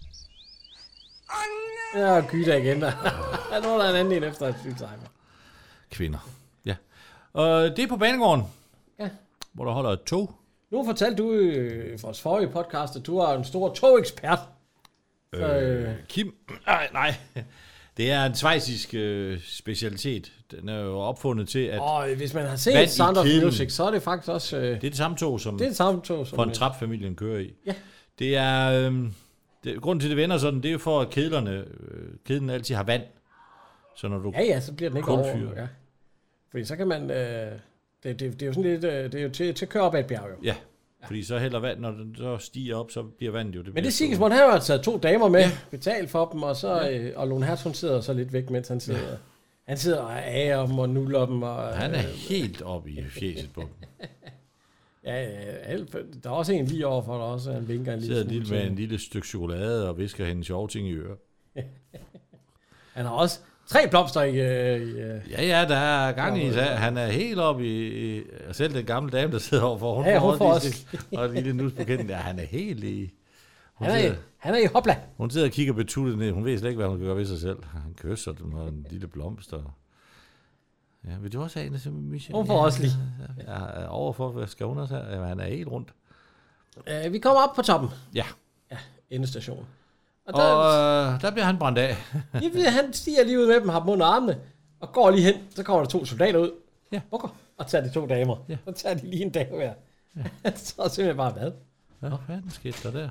Ja, Gyda igen. Nu er der en anden efter Schultheimer. Kvinder. Ja. Og det er på banegården. Ja. Hvor der holder et tog. Nu fortalte du i vores forrige podcast, at du er en stor togekspert. Kim? Nej. Det er en schweizisk specialitet. Den er jo opfundet til, at... Og hvis man har set Sound of Music, så er det faktisk også... Det er det samme tog, som Von Trapp-familien kører i. Ja. Det er... grunden til, det vender sådan, det er jo for, at kedlen altid har vand. Så når du... Ja, så bliver den ikke over. Ja. Fordi så kan man... Det er jo sådan lidt... Det er jo til at køre op ad et bjerg, jo. Ja. Fordi så hælder vand, når den så stiger op, så bliver vandet jo... Men det Sigismund, han har taget 2 damer med, betalt for dem, og så og Lone Hertz, hun sidder så lidt væk, mens han sidder. Ja. Han sidder og ager dem og nuller dem. Og, han er helt oppe i fjeset på dem. Der er også en lige overfor, der også en vinker en lille Sidder smule lige med til. en lille stykke chokolade og visker hende sjove ting i øret. Han har også 3 blomster i Ja, der er gang i. Han er helt oppe i selv den gamle dame, der sidder overfor. Hun får også. Og lille nus på kinden. Ja, han er helt i... Han er i hopla. Hun sidder og kigger betuttet ned. Hun ved slet ikke, hvad hun kan gøre ved sig selv. Han kysser dem og en lille blomster. Ja, vil du også have en af Michel? Hun får også lige. Ja, overfor, hvad skal hun også have? Ja, han er helt rundt. Vi kommer op på toppen. Ja. Ja, endestationen. Og der bliver han brændt af. Han stiger lige ud med dem, har dem under armene, og går lige hen. Så kommer der 2 soldater ud. Ja. Og tager de 2 damer. Ja. Så tager de lige en dame hver. Ja. Så er simpelthen bare hvad? Hvad fanden skete der?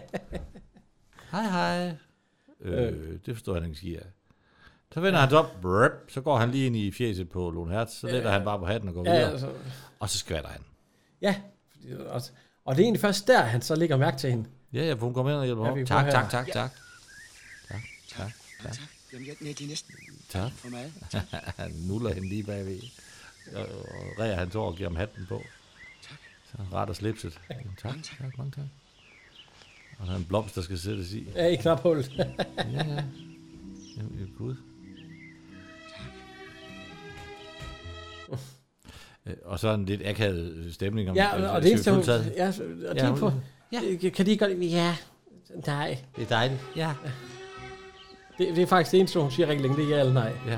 Hej. Det forstår han ikke skier. Så vender han op, så går han lige ind i fjeset på Lone Hertz, så letter han bare på hatten og går videre. Altså. Og så skvatter han. Ja, og det er egentlig først der, han så lægger mærke til hende. Ja, for hun kommer ind og hjælper ham. Tak. Jamen, de er næsten tak. for meget. Han nuller hende lige bagved. Og ræger hans år og giver ham hatten på. Tak. Så han retter slipset. Tak. Mange tak. Og der er en blomst, der skal sættes i. Ja, i knaphullet. ja. Jamen, Gud. Og så en lidt akavet stemning om... Ja, og det eneste, hun... Ja, og de på... Ja. Kan de godt... Ja, nej. Det er dejligt. Ja. Det er faktisk det eneste, hun siger rigtig længe, det er ja eller nej. Ja.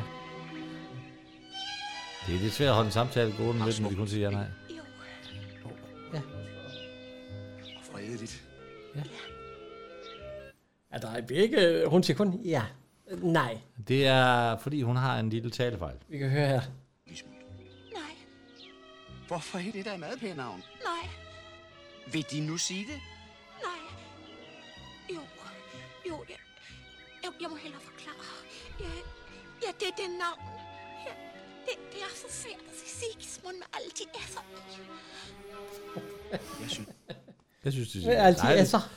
Det er lidt svært at holde en samtale gående med dem, når de kun siger ja nej. Ja. Og fredeligt. Ja. Ja, der er ikke... Hun siger kun ja. Nej. Det er, fordi hun har en lille talefejl. Vi kan høre her. Nej. Hvorfor er det der madpænavn? Nej. Vil de nu sige det? Nej. Jo, jeg må hellere forklare. Ja, det er det navn. Ja, det er så svært at sige Sigismund med alle de s'er i. Jeg synes, det er altid s'er.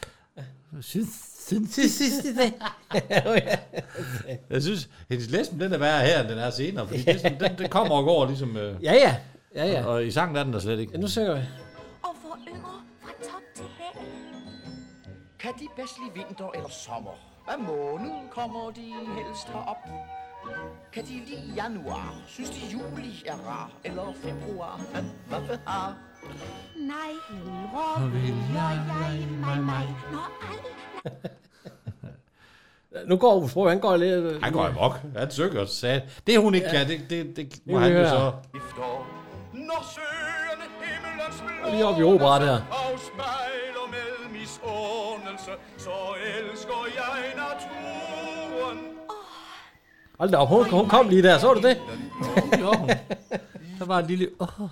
Jeg synes, hendes læspen, den er værre her, end den er senere, fordi den kommer og går ligesom... Ja. Og i sangen er den der slet ikke. Ja, nu synger vi. Og hvor yngre fra top til hæl. Kan de bedst lide vinter eller sommer? Hvad måned kommer de helst herop? Kan de lide januar? Synes de juli er rar? Eller februar? Nej, hvor vælger jeg mig, når alle... Nu går Sprogøe, han går lidt... Han går i mok. Han synger og sagde. Det hun ikke kan, det må han jo så... Når søerne himmelens blå lige oppe i opera der. afspejler med misundelse, så elsker jeg naturen. Hold da op, hun kom lige der, så du det? Der var en lille...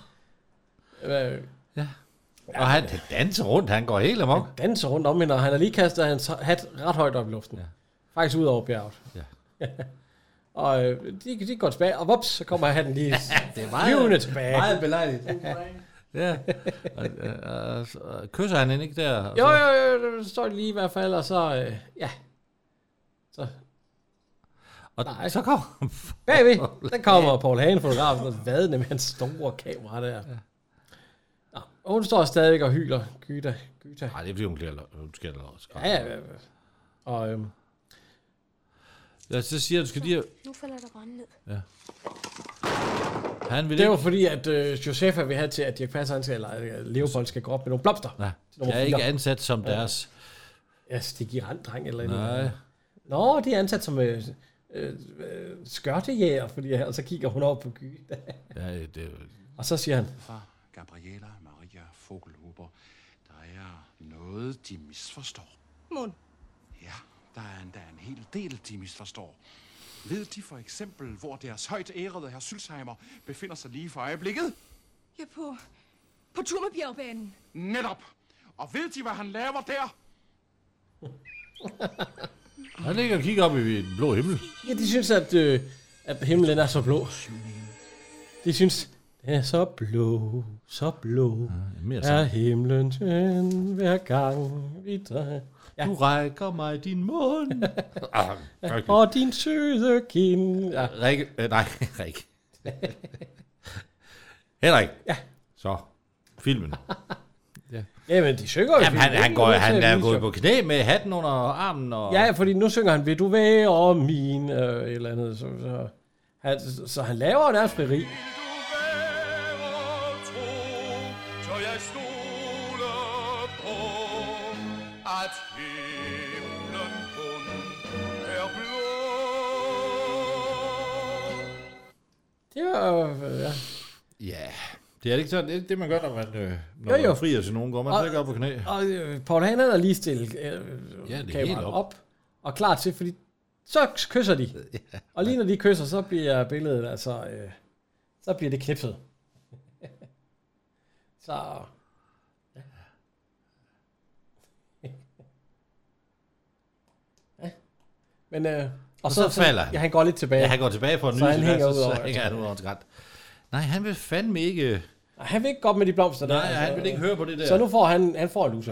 Ja. Og han danser rundt, han går helt amok. Han danser rundt om hende, og han har lige kastet hans hat ret højt op i luften. Ja. Faktisk ud over bjerget. Ja. Og de går tilbage, og vups, så kommer hatten lige flyvende tilbage. Meget belejligt. Ja. Og kysser han hende ikke der? Jo, så står de lige i hvert fald, og så... ja. Så... Og så kommer... Bagved, der kommer Paul Hagen, fotografen, og vadende med hans store kamera der. Ja. Nå, og hun står stadigvæk og hyler. Gyta. Nej, det er fordi, hun skal også. Ja. Og... Ja, så siger du, skal de... Nu falder der brænde ned. Ja. Han vil det ikke... var fordi, at Josefa vil have til, at Dirch Passer, eller Leopold skal gå op med nogle blomster. Nej, de er ikke ansat som deres... Ja, stigiranddreng eller Nej. noget. Nå, de er ansat som skørtejæger, fordi og så kigger hun over på Gy. Ja, det... Og så siger han... Far Gabriela Maria Vogelhuber, der er noget, de misforstår. Mon. Ja, der er endda en hel del, de misforstår. Ved de for eksempel, hvor deres højt ærede herr Sylsheimer befinder sig lige for øjeblikket? Ja, på Turmebjergbanen. Netop. Og ved de, hvad han laver der? Han ligger og kigger op i den blå himmel. Ja, de synes, at himlen er så blå. De synes, den er så blå, så blå. Ja, er himlen tynd hver gang vi drejer. Ja. Du rækker mig din mund. Og din søde kind. Ja. Rikke. Nej, Rikke. Henrik. Ja. Så. filmen. Jamen, de synger jo. Jamen, han er gået på knæ med hatten under armen. Og... Ja, fordi nu synger han, vil du være min, et eller andet. Så han laver en frieri. Så jeg stoler på, at himlen kun er blå. Det var, ja. Ja, det er ikke sådan, det man gør, når man frier til nogen, går man ikke op på knæ. Og Paul Hagen er lige stillet kameraet op og klar til, fordi så kysser de. Og lige når de kysser, så bliver billedet, altså, så bliver det knipset. Så... Ja. Ja. Men, og så falder han. Ja, han går lidt tilbage. Ja, han går tilbage for en ny, så han hænger ud over. Så hænger han ud over skræt. Nej, han vil fandme ikke... Han vil ikke gå op med de blomster der. Nej, han vil ikke høre på det der. Så nu får han får en luser.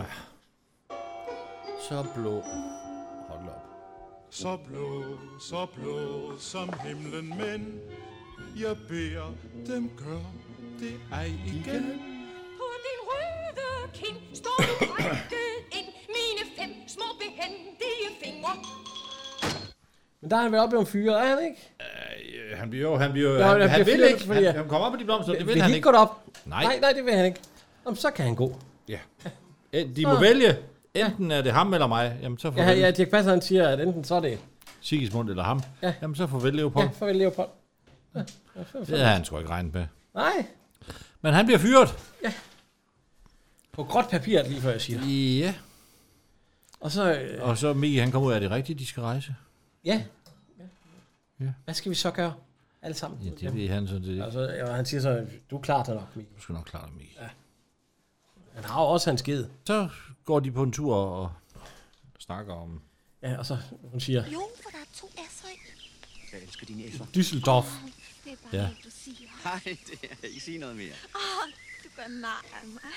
Så blå. Hold op. Så blå som himlen, men jeg beder dem gør det ej igen. På din røde kind står du rækket ind, mine 5 små behendige fingre. Men der er han vel oppe om fyret, er han ikke? Han vil ikke. Han kommer op på de blomster, det vil han ikke. Gå op? Nej, det vil han ikke. Jamen, så kan han gå. Ja. De må vælge. Enten er det ham eller mig. Jamen, så ja, Dirch Passer, han siger, at enten så er det... Sigismund eller ham. Ja. Jamen, så farvel Leopold. Ja, farvel Leopold. Ja, det havde han sgu ikke regnet med. Nej. Men han bliver fyret. Ja. På gråt papir, lige før jeg siger. Ja. Og så Mie, han kommer ud af det rigtigt, de skal rejse. Ja. Hvad skal vi så gøre? Alle sammen. Ja, det ved han sådan set ikke. Altså, han siger så, du klarer det nok, Mie. Du skal nok klare det, Mie. Ja. Han har jo også hans skid. Så går de på en tur og snakker om... Ja, og så hun siger... Jo, for der er 2 S'er i. Jeg elsker dine S'er. Düsseldorf. Det er bare ja. det, du siger. Nej, det er ikke sige noget mere. Du gør nar af mig.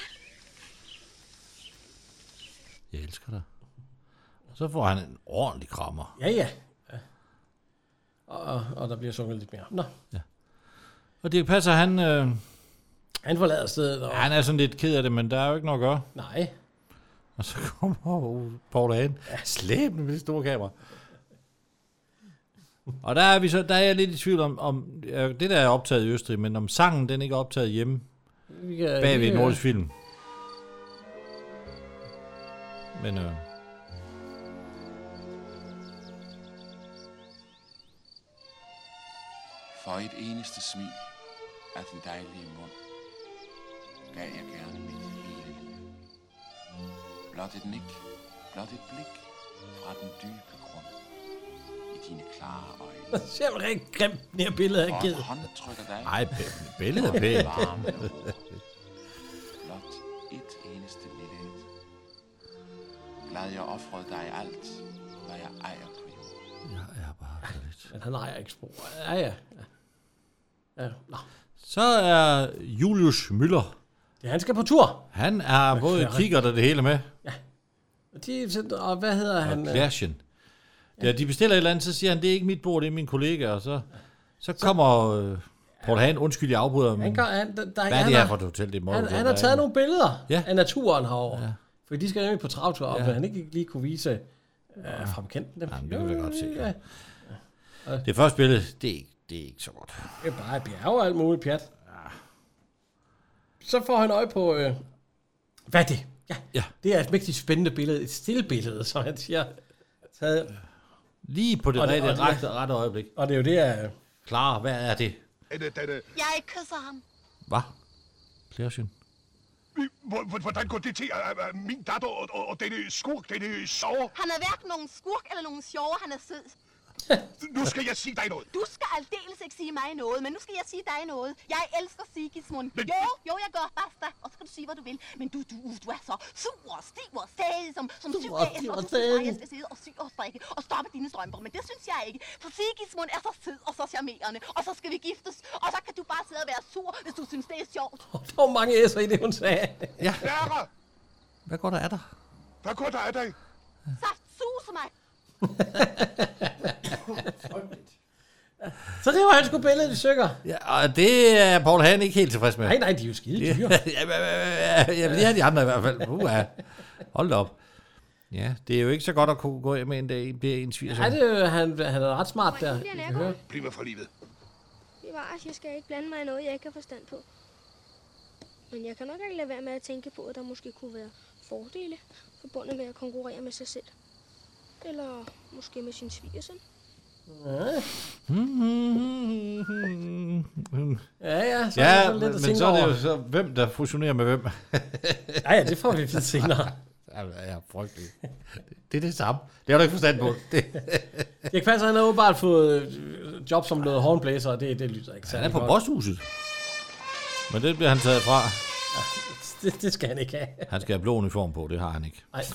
Jeg elsker dig. Og så får han en ordentlig krammer. Ja. Og der bliver sunget lidt mere. Nå. Ja. Og det passer, han forlader stedet. Og... Han er sådan lidt ked af det, men der er jo ikke noget at gøre. Nej. Og så kommer Paul Hagen slæbende med det store kamera. Og der er jeg lidt i tvivl om det der er optaget i Østrig, men om sangen den ikke er optaget hjemme bag ved et nordisk film. Men For et eneste smil af den dejlige mund gav jeg gerne mit hele liv. Blot et nik, blot et blik fra den dybe grund i dine klare øjne. Det ser jo rigtig grimt ned billedet af givet. Håndtrykker dig. Ej, billedet er pænt. Blot et eneste lille et. Glad jeg offrede dig alt, hvad jeg ejer på jorden. Jeg er bare lidt. Men han ejer ikke spor. Ja. Nå. Så er Julius Müller. Ja, han skal på tur. Han er både kigger der det hele med. Ja. Og hvad hedder han? Klærchen. Ja, de bestiller et eller andet, så siger han, det er ikke mit bord, det er min kollega. Og så kommer Paul Hagen, undskyld, jeg afbryder. Men hvad er det her for et hotel? Det han har taget nogle billeder af naturen herovre. Ja. For de skal nemlig på travtur op, han ikke lige kunne vise fremkanten. Jamen, det kan vi godt se. Ja. Det første billede, det er ikke så godt. Det er bare et bjerg og alt muligt pjat. Ja. Så får han øje på... hvad er det? Ja. Det er et mægtigt spændende billede. Et stillbillede, som han siger. Taget. Lige på det rette øjeblik. Og det er jo det, jeg... Clara, hvad er det? Jeg kysser ham. Hvad? Klærchen. Hvordan går det til, min datter og denne skurk, denne sover? Han er hverken nogen skurk eller nogen sjove, han er sød. Nu skal jeg sige dig noget. Du skal aldeles ikke sige mig noget, men nu skal jeg sige dig noget. Jeg elsker Sigismund. Jo, jeg gør. Basta. Og så skal du sige, hvad du vil. Men du er så sur og stiv og stadig som syv æsler. Og du synes, jeg skal sidde og sy og strikke og stoppe dine strømper. Men det synes jeg ikke. For Sigismund er så sød og så charmerende. Og så skal vi giftes. Og så kan du bare sidde og være sur, hvis du synes, det er sjovt. Der var mange æsler i det, hun sagde. Ja. Hvad går der af dig? Hvad går der af dig? Saft suse mig. Så river han sgu billedet i stykker. Ja, og det er Paul Hahn ikke helt tilfreds med. Nej, de er jo skide dyre. Ja, det er de andre i hvert fald. Hold da op. Ja, det er jo ikke så godt at kunne gå med en dag, bliver en svigersøn. Nej, han er ret smart der. Bliv med for livet. Bevares, jeg skal ikke blande mig i noget, jeg ikke har forstand på. Men jeg kan nok ikke lade være med at tænke på, at der måske kunne være fordele forbundet med at konkurrere med sig selv. Eller måske med sin svigersøn. Ja, så ja, er det lidt at men så er det over. jo så, hvem der fusionerer med hvem. Ja, det får vi lidt senere. Ja, frygteligt. Det er det samme. Det har du ikke forstand på. Dirch Passer, han har åbenbart fået job som noget hornblæser, og det lyder ikke særlig Han er på godt. Bosshuset. Men det bliver han taget fra. Ja, det skal han ikke have. Han skal have blå uniform på, det har han ikke. Nej.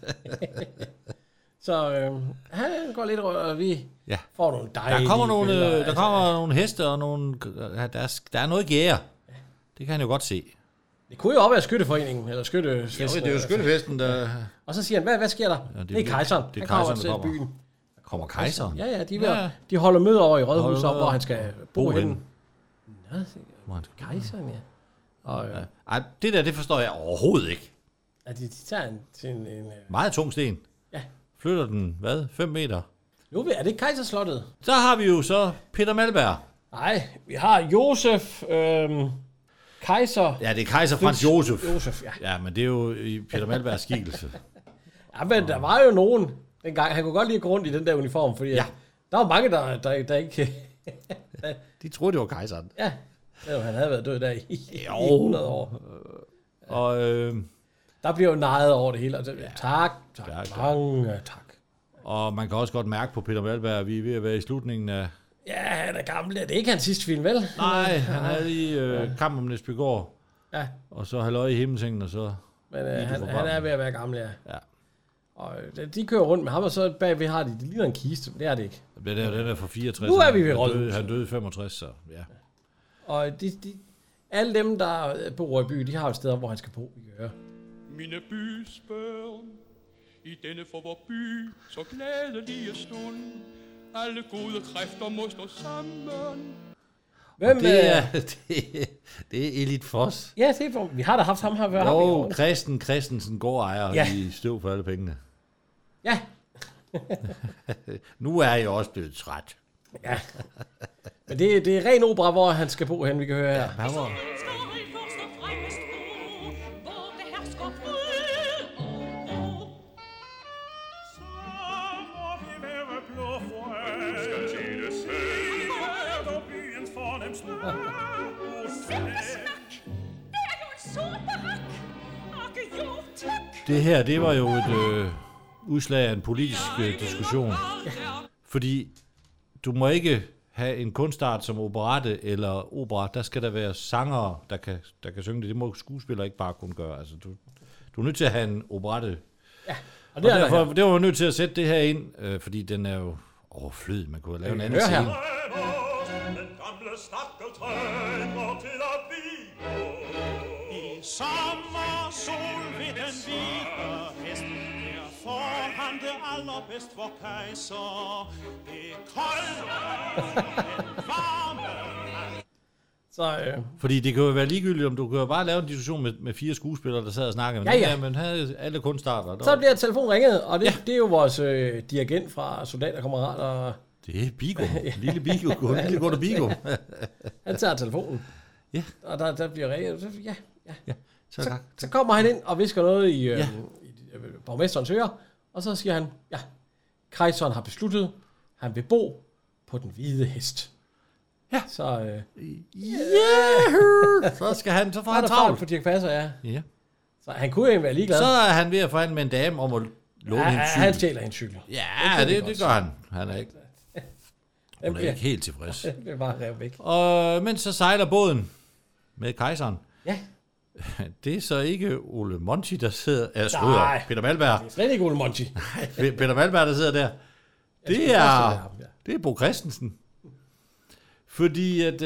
Så han går lidt rundt, og vi får nogle dejlige Der kommer billeder. der kommer nogle heste og nogle... Der er noget gære. Det kan han jo godt se. Det kunne jo også være skytteforeningen, eller skyttefesten. Jo, det er jo skyttefesten, der... Og så siger han, hvad sker der? Ja, det er kejseren. Det er han kejseren, der kommer til kommer. byen. Kommer kejseren? Ja, de holder møder over i Rådhuset, hvor han skal bo henne. Kejseren, ja. Og, Ej, det der, det forstår jeg overhovedet ikke. Ja, de tager en Meget tung sten. Ja. Flytter den, 5 meter? Nu er det ikke kejserslottet. Så har vi jo så Peter Malberg. Nej, vi har Josef, kejser. Ja, det er kejser Frans Josef. Josef, ja. Ja, men det er jo i Peter Malbergs skikkelse. Ja, men der var jo nogen dengang. Han kunne godt lige gå rundt i den der uniform, fordi der var mange, der ikke... De troede, det var kejseren. Ja, han havde været død der i 100 år. Og der bliver jo nejet over det hele. Tak, mange tak. Og man kan også godt mærke på Peter Malberg, at vi er ved at være i slutningen af... Ja, han er gammel. Det er ikke hans sidste film, vel? Nej, han er lige Kamp om Næsbygård. Ja. Og så Halløj i himmelsengen, og så... Men han er ved at være gammel, ja. Ja. Og de kører rundt med ham, og så bagved har de ligner en kiste, men det er det ikke. Den er fra 64. Nu er vi ved Rådhuset. Han døde i 65, så ja. Og alle dem, der bor i byen, de har jo steder, hvor han skal bo, vi kan høre. Mine bysbørn, i denne for vor by, så glædelige stund, alle gode kræfter må stå sammen. Hvem det er Elit Foss. Ja, det er, vi har da haft ham her. Jo, Christensen gårdejer i støv for alle pengene. Ja. Nu er jeg også blevet træt. Ja. Men det er ren opera, hvor han skal bo hen, vi kan høre her. Ja, det her, det var jo et udslag af en politisk diskussion. Fordi du må ikke have en kunstart som operette eller opera. Der skal der være sangere, der kan synge det. Det må skuespillere ikke bare kunne gøre. Altså, du er nødt til at have en operette. Ja, og derfor det var jeg nødt til at sætte det her ind, fordi den er jo overflødig. Man kunne lave en anden scene. I sommersol ved den hvide hest, der får han det allerbedst for kejser. Det er koldt, men varme. Så, Fordi det kan jo være ligegyldigt, om du kan jo bare lave en diskussion med 4 skuespillere, der sad og snakkede. Ja. Men havde alle kunstarter. Så bliver telefonen ringet, og det er jo vores dirigent fra Soldaterkammerater. Det er Bigo. Lille Bigo. Lille Gunnar Bigo. Han tager telefonen. Ja. Og der bliver ringet. Ja. Så kommer han ind og visker noget i borgmesterens øre, og så siger han, kejseren har besluttet, han vil bo på den hvide hest. Ja. Så så skal han, så får han travlt. på Dirch Passer, ja. Så han kunne jo være ligeglad. Så er han ved at forhandle med en dame om at låne en cykel. Han stjæler en cykel. Ja, det gør han. Han er ikke... Hun er ikke helt tilfreds. Det er bare revet væk. Og mens så sejler båden med kejseren. Ja. Det er så ikke Ole Monti, der sidder... Peter Malberg. Det er slet ikke Ole Monti. Nej, Peter Malberg, der sidder der. Det er Bo Christensen. Fordi at...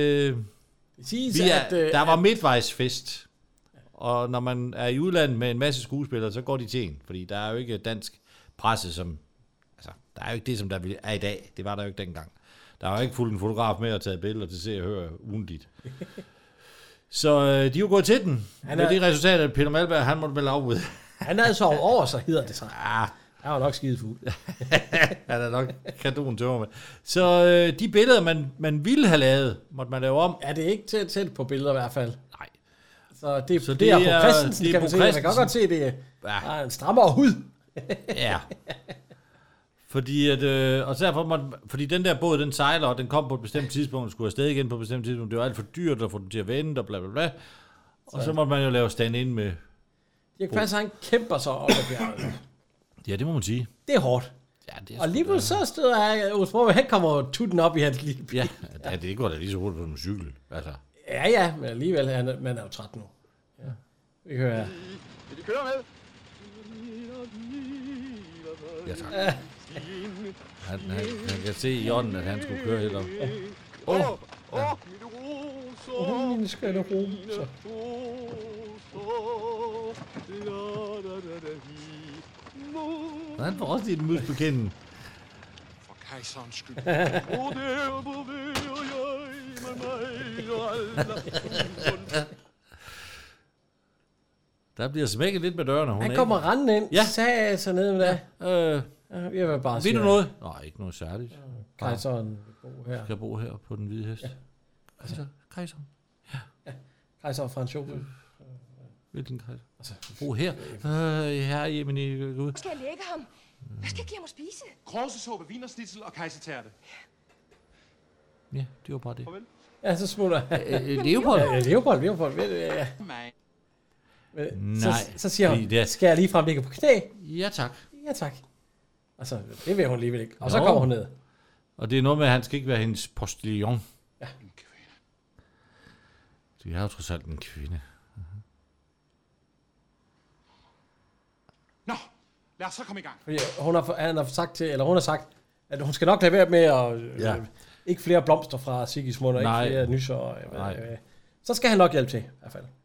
der var midtvejsfest. Og når man er i udlandet med en masse skuespillere, så går de til en. Fordi der er jo ikke dansk presse, som... Altså, der er jo ikke det, som der er i dag. Det var der jo ikke dengang. Der var ikke fuldt en fotograf med at tage billeder til Se og Hør ugentligt. Så de er jo gået til den. Med det resultat, at Peter Malberg, han måtte vel afbryde. Han havde sovet over, så hedder det så. Ja. Han var nok skidefuld. Han er nok kadoen tømmer med. Så de billeder, man ville have lavet, måtte man lave om. Ja, det er ikke tæt på billeder i hvert fald. Nej. Så det er på Christensen, kan man se. Man kan godt se, det er en strammere hud. Ja. Fordi og derfor fordi den der båd, den sejler, og den kom på et bestemt tidspunkt, skulle afsted igen på et bestemt tidspunkt. Det var alt for dyrt at få den til at vende, og bla bla bla. Og så måtte man jo lave stand-in med... Dirch Passer, han kæmper så op ad bjerget. Ja, det må man sige. Det er hårdt. Ja, det er og lige pludselig så støder han kommer tutten op i hans lille bil. Ja, det går da lige så hurtigt på en cykel. Altså. Ja, men alligevel, man er jo træt nu. Ja. Vi hører her. Vil du køre med? Ja, tak. Han kan se i ånden, at han skulle køre helt op. Mine skønne roser. Han får også lidt mus på kinden. For kejserens skyld. Der bliver smækket lidt med dørene. Han kommer rendende ind. Ja. Sagde så ned med det. Jeg vil bare sige. Ved du noget? Nej, ikke noget særligt. Kejseren bo her. Skal bo her på den hvide hest. Ja. Kejseren. Ja. Kejser Frans Josef. Hvilken kejser? Altså, bo her. Her hjemme i Gud. Skal jeg lægge ham? Hvad skal jeg give ham at spise? Kråsesuppe, vinersnitzel og kejsertærte. Ja, det var bare det. Farvel. Ja, så smutter Leopold. Leopold. Ja. Nej. Så siger hun, skal jeg lige frem ligge på knæ? Ja, tak. Ja, tak. Altså, det vil hun alligevel ikke. Og så kommer hun ned. Og det er noget med, at han skal ikke være hendes postillon. Ja. En kvinde. Det er jo trods alt en kvinde. Nå, lad os så komme i gang. Fordi hun har sagt, at hun skal nok lade være med at... ikke flere blomster fra Sigismund, og ikke flere nysser. Så skal han nok hjælpe til, i hvert fald.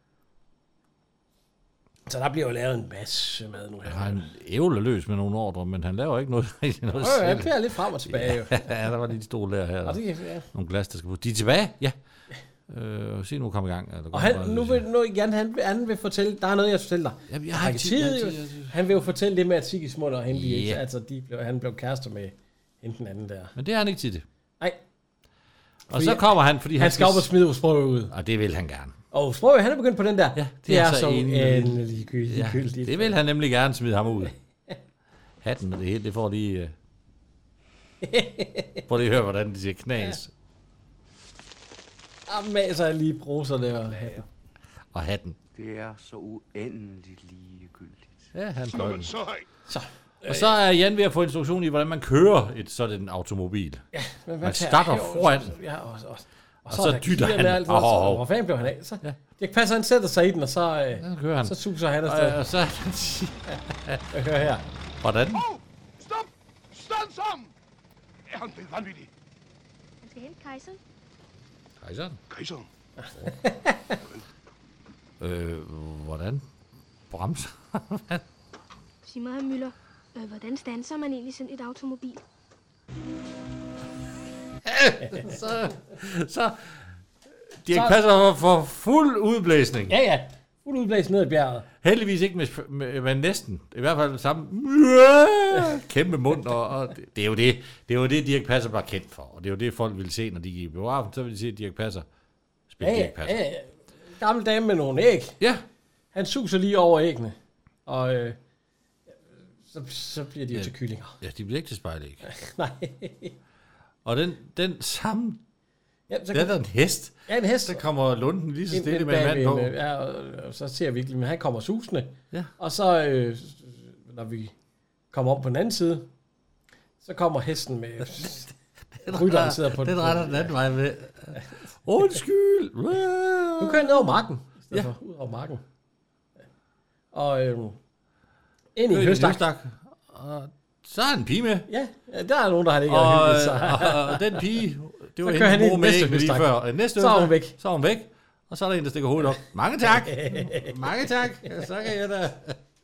Så der bliver jo lavet en masse mad nu her. Han ævler løs med nogle ordre, men han laver ikke noget selv. Han bliver lidt frem og tilbage. Jo. Ja, der var lige de stol der her. Nogle glas, der skal på. De er tilbage? Ja. Se nu, kom i gang. Og han vil fortælle, der er noget, jeg skal fortælle dig. Jamen, jeg har ikke tid. Han vil jo fortælle det med, at Sigismund og hende, altså, han blev kærester med hende den anden der. Men det har han ikke tid til. Nej. Og så kommer han, fordi han skal op og smide Sprøge ud. Og det vil han gerne. Og Sprøge, han er begyndt på den der. Ja, det er så endelig gyldigt. Ja, det vil han nemlig gerne smide ham ud. Hatten og det hele, det får de... Prøv lige at høre, hvordan de siger knas. Og maser lige bruserne og hatten. Og hatten. Det er så uendeligt ligegyldigt. Ja, han gør den. Så. Og så er Jan ved at få instruktion i, hvordan man kører et sådan automobil. Ja, man starter foran. Ja, og så dytter han. Hvor fanden blev han af? Så Dirch Passer, han sætter sig i den, og så kører han. Så suser han afsted. Og så jeg hører her. Hvordan? Stop! Stand sammen! Er han blevet vanvittig? Han skal hente kejseren. Kejseren? Kejseren? Hvordan? Bremser? Sig mig, Müller, hvordan standser man egentlig sådan et automobil? så Dirch Passer for fuld udblæsning. Ja. Fuld udblæsning ned i bjerget. Heldigvis ikke med næsten. I hvert fald sammen. Kæmpe mund. Og det er jo det. Det er jo det, Dirch Passer var kendt for. Og det er jo det, folk ville se, når de gik i biografen. Så ville de se Dirch Passer spille Dirch Passer. Ja. Gammel dame med nogle æg. Ja. Han suser lige over æggene. Og så bliver de jo til kyllinger. Ja, de bliver ikke til spejlæg. Nej. Og den samme... Ja, det er der en hest. Ja, en hest. Der kommer lunden lige så stille med en mand på. Ja, og så ser vi virkelig, men han kommer susende. Ja. Og så, når vi kommer om på den anden side, så kommer hesten med... rytteren sidder på den retter den anden vej med. Undskyld! Nu kører han ned over marken. Ja. Ud over marken. Og ind i en høstak. Og så er en pige med. Ja, der er nogen, der har det ikke hyggeligt sig. Og den pige, det var hende mor med ikke lige før. Og næste så er hun væk. Så er hun væk. Og så er der en, der stikker hovedet op. Mange tak. Mange tak. Så kan jeg da...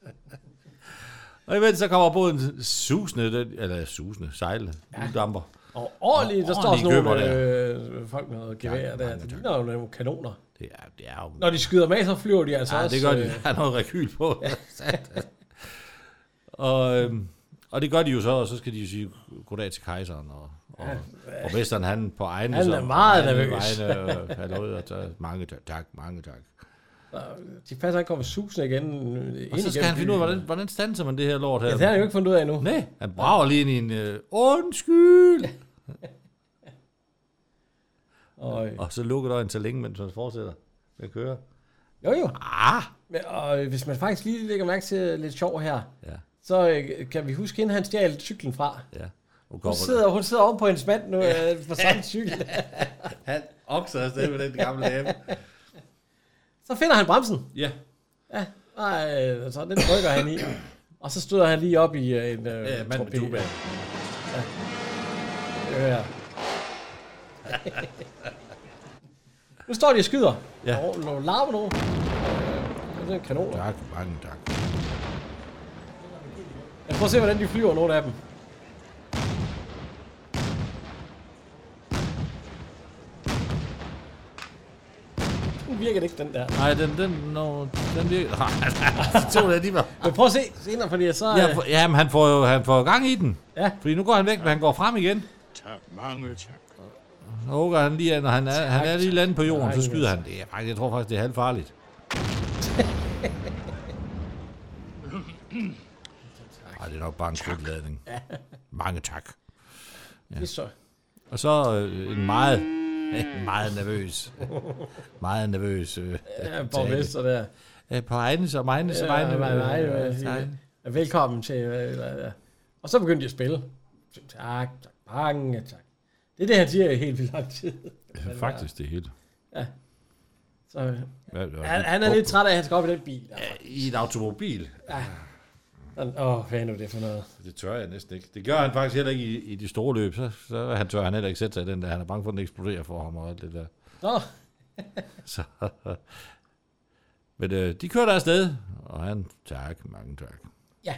Og imens så kommer båden sejlende, uddamper. Og ordentligt, der står sådan køber nogle folk med noget gevær der. Det ligner jo nogle kanoner. Det er jo... Når de skyder med, så flyver de altså også. det gør de. Der er noget rekyl på. Og det gør de jo så, og så skal de jo sige goddag til kejseren. Og borgmesteren, han på egne... Han er meget nervøs. Mange tak. De passer ikke over susen igen. Og så skal han finde ud af, hvordan standser man det her lort her. Ja, det har han jo ikke fundet ud af endnu. Nej, han brager lige ind i en undskyld. Og så lukker der en så længe, mens man fortsætter med at køre. Jo. Men, og hvis man faktisk lige lægger mærke til lidt sjov her, så kan vi huske, inden han stjal cyklen fra. Ja. Hun sidder oven på hendes mand nu på samme cykel. Han okser afsted med den gamle dame. Så finder han bremsen. Ja. Ja, så den rykker han i. Og så støder han lige op i en mand med tuba. Ja. Nu står de og skyder. Ja. Og nogle larver nu. Det er kanoner. Tak, mange tak. Jeg prøver at se, hvordan de flyver, nogle af dem. Nu virker det ikke, den der. Nej, den virker... Men prøv at se senere, fordi så... Jamen, han får gang i den. Ja. Fordi nu går han væk, men han går frem igen. Tak, mange tak. Så hugger han lige, når han er lige landet på jorden, så skyder han. Jeg tror faktisk, det er halvfarligt. Ej, det er nok bare en krudtladning. Mange tak. Ja. Og så en meget nervøs. Meget nervøs. Borgmester der. På egnes og megnes og vegne. Velkommen til. Og så begyndte de at spille. Tak, mange tak. Det er det, han siger i helt vildt lang tid. Ja, faktisk det hele. Ja. Så, han er lidt træt af, at han skal op i den bil. I en automobil. Ja. Hvad er nu det for noget? Det tør jeg næsten ikke. Det gør han faktisk heller ikke i de store løb. Så tør han heller ikke sætte sig i den der. Han er bange for, at den eksploderer for ham og alt det der. Nå. Så. Men de kører der afsted, og han, mange tak. Ja.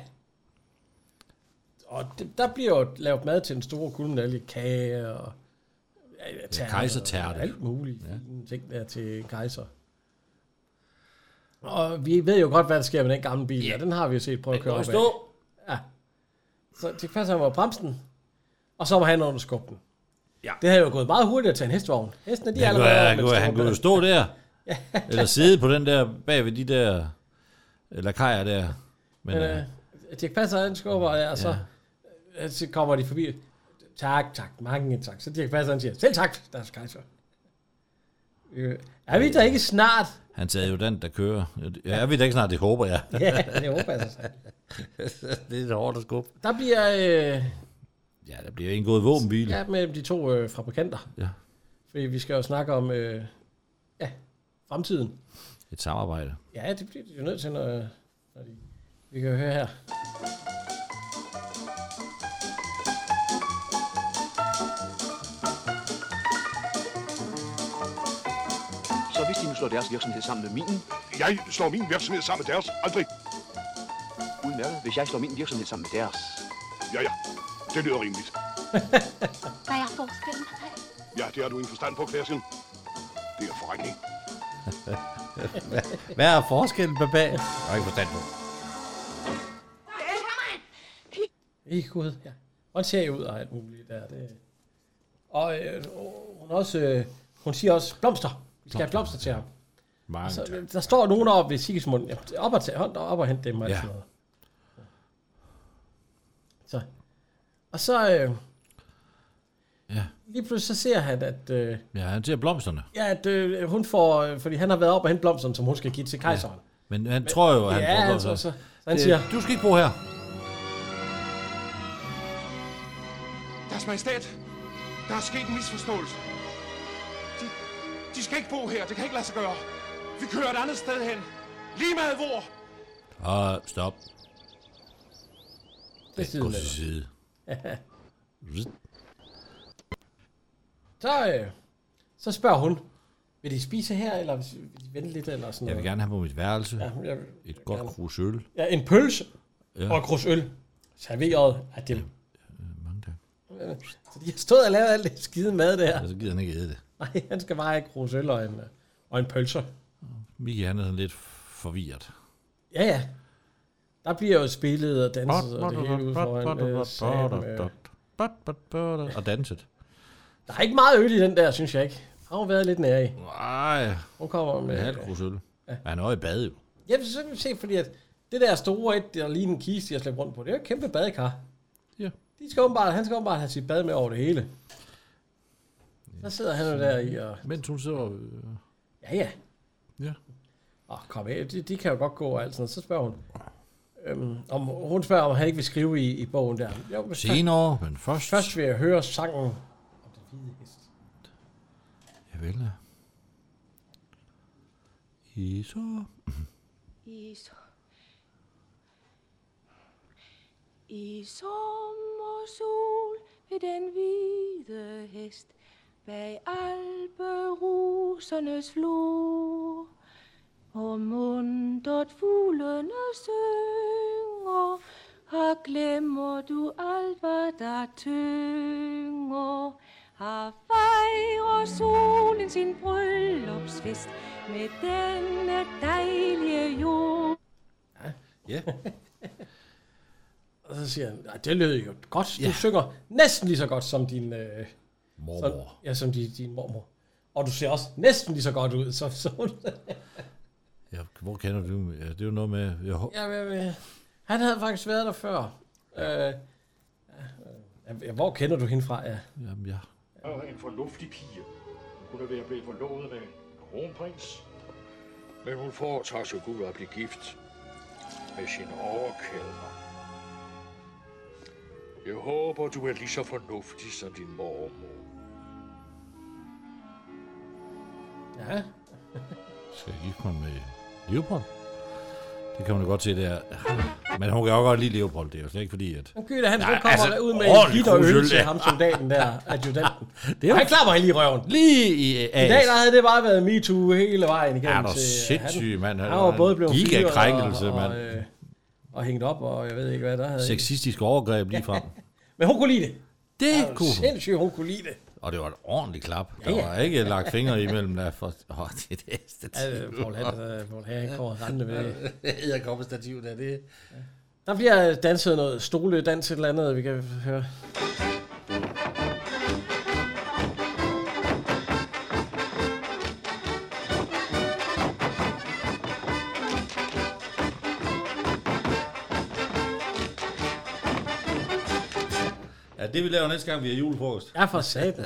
Og der bliver jo lavet mad til den store guldmedalje, kage og kejsertærte. Og alt muligt ting der til kejser. Og vi ved jo godt, hvad der sker med den gamle bil, og den har vi jo set prøve at køre op af. Ja. Så det passer han var bremsen, og så var han under skubben. Ja. Det havde jo gået meget hurtigt at tage en hestevogn. Hestene, de er allerede... Han kunne jo stå der, eller sidde på den der, bag ved de der lakajer der. Men Dirk Passer, han skubber, og så kommer de forbi. Tak, mange tak. Så Dirk Passer, han siger, selv tak, deres kejser. Er vi da ikke snart? Han sagde jo den, der kører. Er vi da ikke snart, det håber jeg. Ja, det håber jeg så. Det er et hårdt at skubbe. Der bliver... der bliver indgået våbenbil. Ja, med de to fabrikanter. Ja. Fordi vi skal jo snakke om fremtiden. Et samarbejde. Ja, det bliver de jo nødt til, når vi kan høre her. Så hvis de nu slår deres virksomhed sammen med min... Jeg slår min virksomhed sammen med deres. Aldrig. Udmærket, hvis jeg slår min virksomhed sammen med deres. Ja, det lyder rimeligt. Hvad er forskellen, papa? Ja, det har du en forstand på, Klærsen. Det er forretning. Hvad er forskellen, Baba? Jeg har ikke forstand på. Gud, ja. Hun ser ud og alt muligt der. Det. Og hun også, hun siger også blomster. Vi skal have blomster til ham. Altså, der står nogen oppe ved Sigismund. Op og hente dem og sådan noget. Så. Og så... lige pludselig så ser han, at... han ser blomsterne. Ja, at hun får... Fordi han har været op og hente blomsterne, som hun skal give til kejseren. Ja. Men han tror jo, at han får blomster. Så han siger... Du skal ikke bo her. Deres Majestat, der er sket en misforståelse. De skal ikke bo her. Det kan ikke lade sig gøre. Vi kører et andet sted hen. Lige meget hvor. Stop. Det gå til side. Så spørger hun, vil de spise her, eller vil de vente lidt, eller sådan noget? Jeg vil gerne have på mit værelse. Ja, et godt krus øl. Ja, en pølse og et krus øl. Serveret af dem. Mange tak. Så de har stået og lavet alt det skide mad der. Ja, så gider han ikke æde det. Nej, han skal bare have krusøl og en pølser. Miki, han er sådan lidt forvirret. Ja. Der bliver jo spillet og danset og det hele ud foran og danset. Der er ikke meget øl i den der, synes jeg ikke. Han har været lidt nær i. Nej. Hun kommer med... En halv krusøl. Ja. Han er også i bad jo. Ja, så kan vi se, fordi at det der store et, der lige en kiste, jeg slæber rundt på, det er jo et kæmpe badekar. Ja. Han skal bare have sit bad med over det hele. Så sidder han jo der i og... Mens hun sidder... Ja. Ja. Kom af, de kan jo godt gå og alt sådan. Så spørger hun, hun spørger, om han ikke vil skrive i bogen der. Jo, senere, men først... Først vil jeg høre sangen om den hvide hest. Jeg vil da. I sommersol ved den hvide hest, bag alperusernes flor, og muntert fuglene synger, her glemmer du alt, hvad der tynger. Her fejrer solen sin bryllupsfest med denne dejlige jord. Ja. Og så siger han, det lød jo godt. Du synger næsten lige så godt som din... mormor. Som din mormor. Og du ser også næsten lige så godt ud. Så ja, hvor kender du? Ja, det er jo noget med... Han havde faktisk været der før. Hvor kender du hende fra? Ja. Jamen, ja. En fornuftig pige. Hun er ved at blive forlovet med en kronprins. Men hun foretager så god at blive gift med sin overkædner. Jeg håber, du er lige så fornuftig som din mormor. Ja. Skal jeg gifte mig med Leopold? Det kan man da godt se der. Men hun kan jo godt lide Leopold, det er jo slet ikke fordi, at... Gyda Hansen kommer ud med en gitterøl til ham soldaten der, adjutanten. Han klapper hende lige i røven. Lige i dag der havde det bare været MeToo hele vejen igennem. Er du sindssyg, mand? Han var både blevet gigakrænkelse, mand. Og hængt op, og jeg ved ikke, hvad der havde. Sexistisk overgreb lige frem. Men hun kunne lide det. Det kunne hun. Sindssygt, hun kunne lide det. Og det var et ordentligt klap. Der var ikke lagt fingre imellem der. Det er det stativ. Poul Herring kommer rendende med edderkoppestativ der, det. Der bliver danset noget stoledans eller andet, vi kan høre. Ja, det vi laver næste gang, vi har julefrokost. Ja, for satan.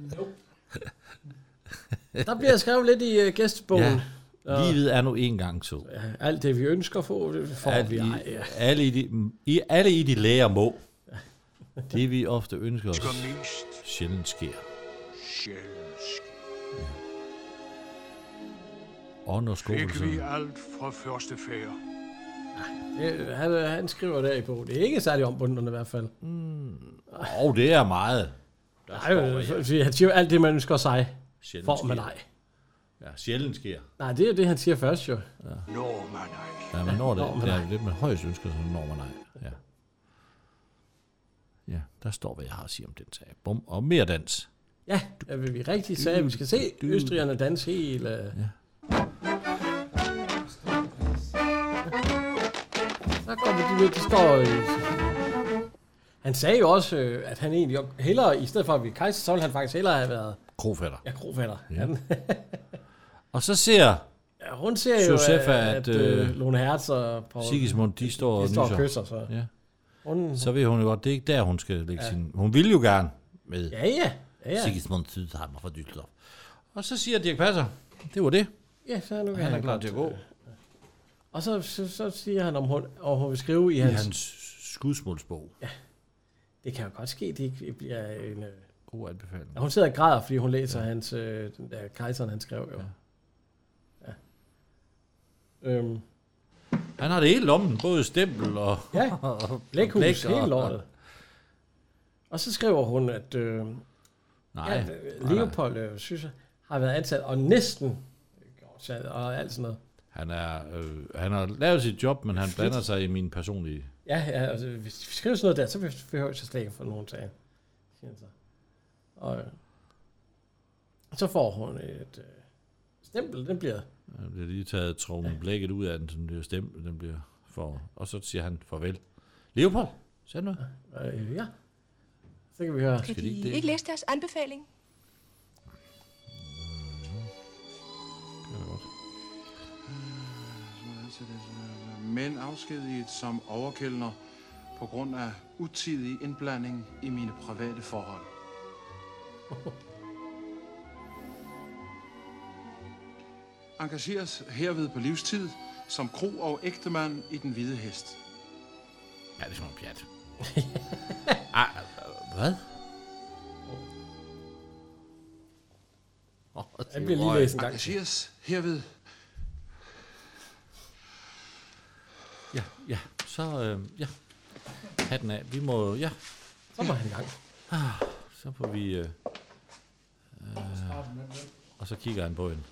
Der bliver skrevet lidt i gæstebogen. Ja, livet er nu en gang så. Ja, alt det, vi ønsker få, det får vi ej. Alle i de lærer må. Det vi ofte ønsker os, sjældent sker. Og når fik vi alt fra første færd. Han skriver der i bogen. Det er ikke særlig ombundende i hvert fald. Det er meget. Han siger alt det, man ønsker sig. For man nej. Ja, sjældent sker. Nej, det er det, han siger først jo. Ja. Når man nej. Ja, man når det. Det er lidt med højst ønsker, så når man nej. Ja. Ja, der står, hvad jeg har at sige om den sag. Bum, og mere dans. Ja, vi rigtig sagde, vi skal se østrigerne danse helt... Ja. Så går vi, de står... Han sagde jo også, at han egentlig hellere, i stedet for at blive kejser, så ville han faktisk hellere have været... Krofætter. Ja, krofætter. Ja. Og så ser... Ja, hun ser Josefa, jo, at Lone Hertz og Paul Sigismund, de står og kysser. Så. Ja. Så ved hun jo godt, det er ikke der, hun skal lægge sin... Hun vil jo gerne med Sigismund Sydhammer fra Düsseldorf. Og så siger Dirch Passer, det var det. Ja, så nu han er klar til at gå. Og så siger han, om hun vil skrive i hans skudsmålsbog. Ja, det kan jo godt ske, det ikke bliver en... God anbefaling. Ja, hun sidder og græder, fordi hun læser hans, den der kejseren, han skrev jo. Ja. Han har det hele lommen, både stempel og... Ja, blækhus, hele lortet. Og så skriver hun, at Leopold, synes jeg, har været ansat, og næsten og alt sådan noget. Han har lavet sit job, men han blander sig i min personlige... Ja, altså, hvis vi skriver sådan noget der, så behøver jeg slet ikke for nogen sager. siger han så. Og så får hun et stempel, den bliver... Der bliver lige taget trukket blækket ud af den, så den bliver stempel, den bliver for... Og så siger han farvel. Leopold, siger du noget? Ja. Så kan vi høre. Kan de ikke læse deres anbefaling? Men afskediget som overkældner på grund af utidig indblanding i mine private forhold. Engageres herved på livstid som kro- og ægtemand i Den Hvide Hest. Ja, det er sådan noget pjat. Hvad? Han bliver lige læst en gang. Engageres herved. Ja, så ja. Hatten af. Vi må, ja. Så må han i gang. Så får vi... og så kigger han på hende.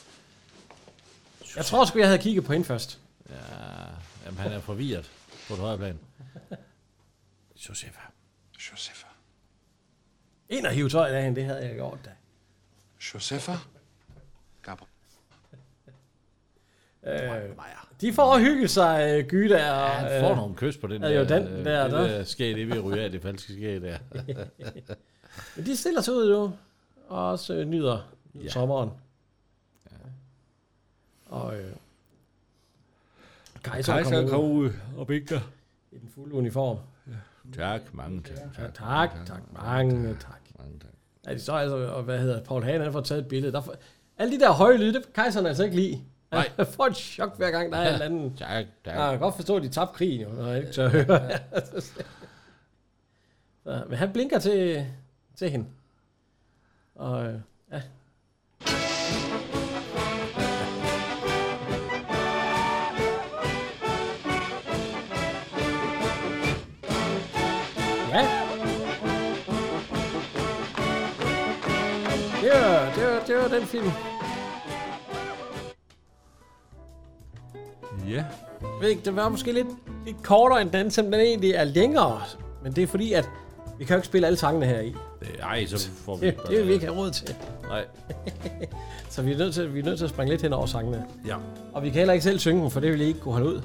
Jeg tror sgu, jeg havde kigget på hende først. Ja, jamen, han er forvirret på et højere plan. Josefa. Ind og hive tøjet af hende, det havde jeg gjort da. Josefa? De får hygget sig, Gyda og... Ja, han får nogle kys på den der. Jo, den der. Skæg, det vil ryge af det falske skæg der. Men de stiller sig ud nu, og også nyder sommeren. Ja. Og Kejser kommer ud og vinker. I den fulde uniform. Ja. Tak, mange tak. Mange tak. Ja, de står altså, og hvad hedder Paul Hagen, han får taget et billede. Alle de der høje lyde, det kan kejseren altså ikke lide. Nej. Han får et chok hver gang, der er en eller anden... Tak. Jeg kan godt forstå, at de tabte krigen, jo, når jeg ikke tør at høre. Men han blinker til hende. Og ja. Ja. Det var den film. Ja. Det var måske lidt kortere end den, som den egentlig er længere. Men det er fordi, at vi kan jo ikke spille alle sangene her i. Nej, så får vi... Det vil vi ikke have råd til. Nej. Så vi er nødt til at springe lidt hen over sangene. Ja. Og vi kan heller ikke selv synge dem, for det vil I ikke kunne holde ud.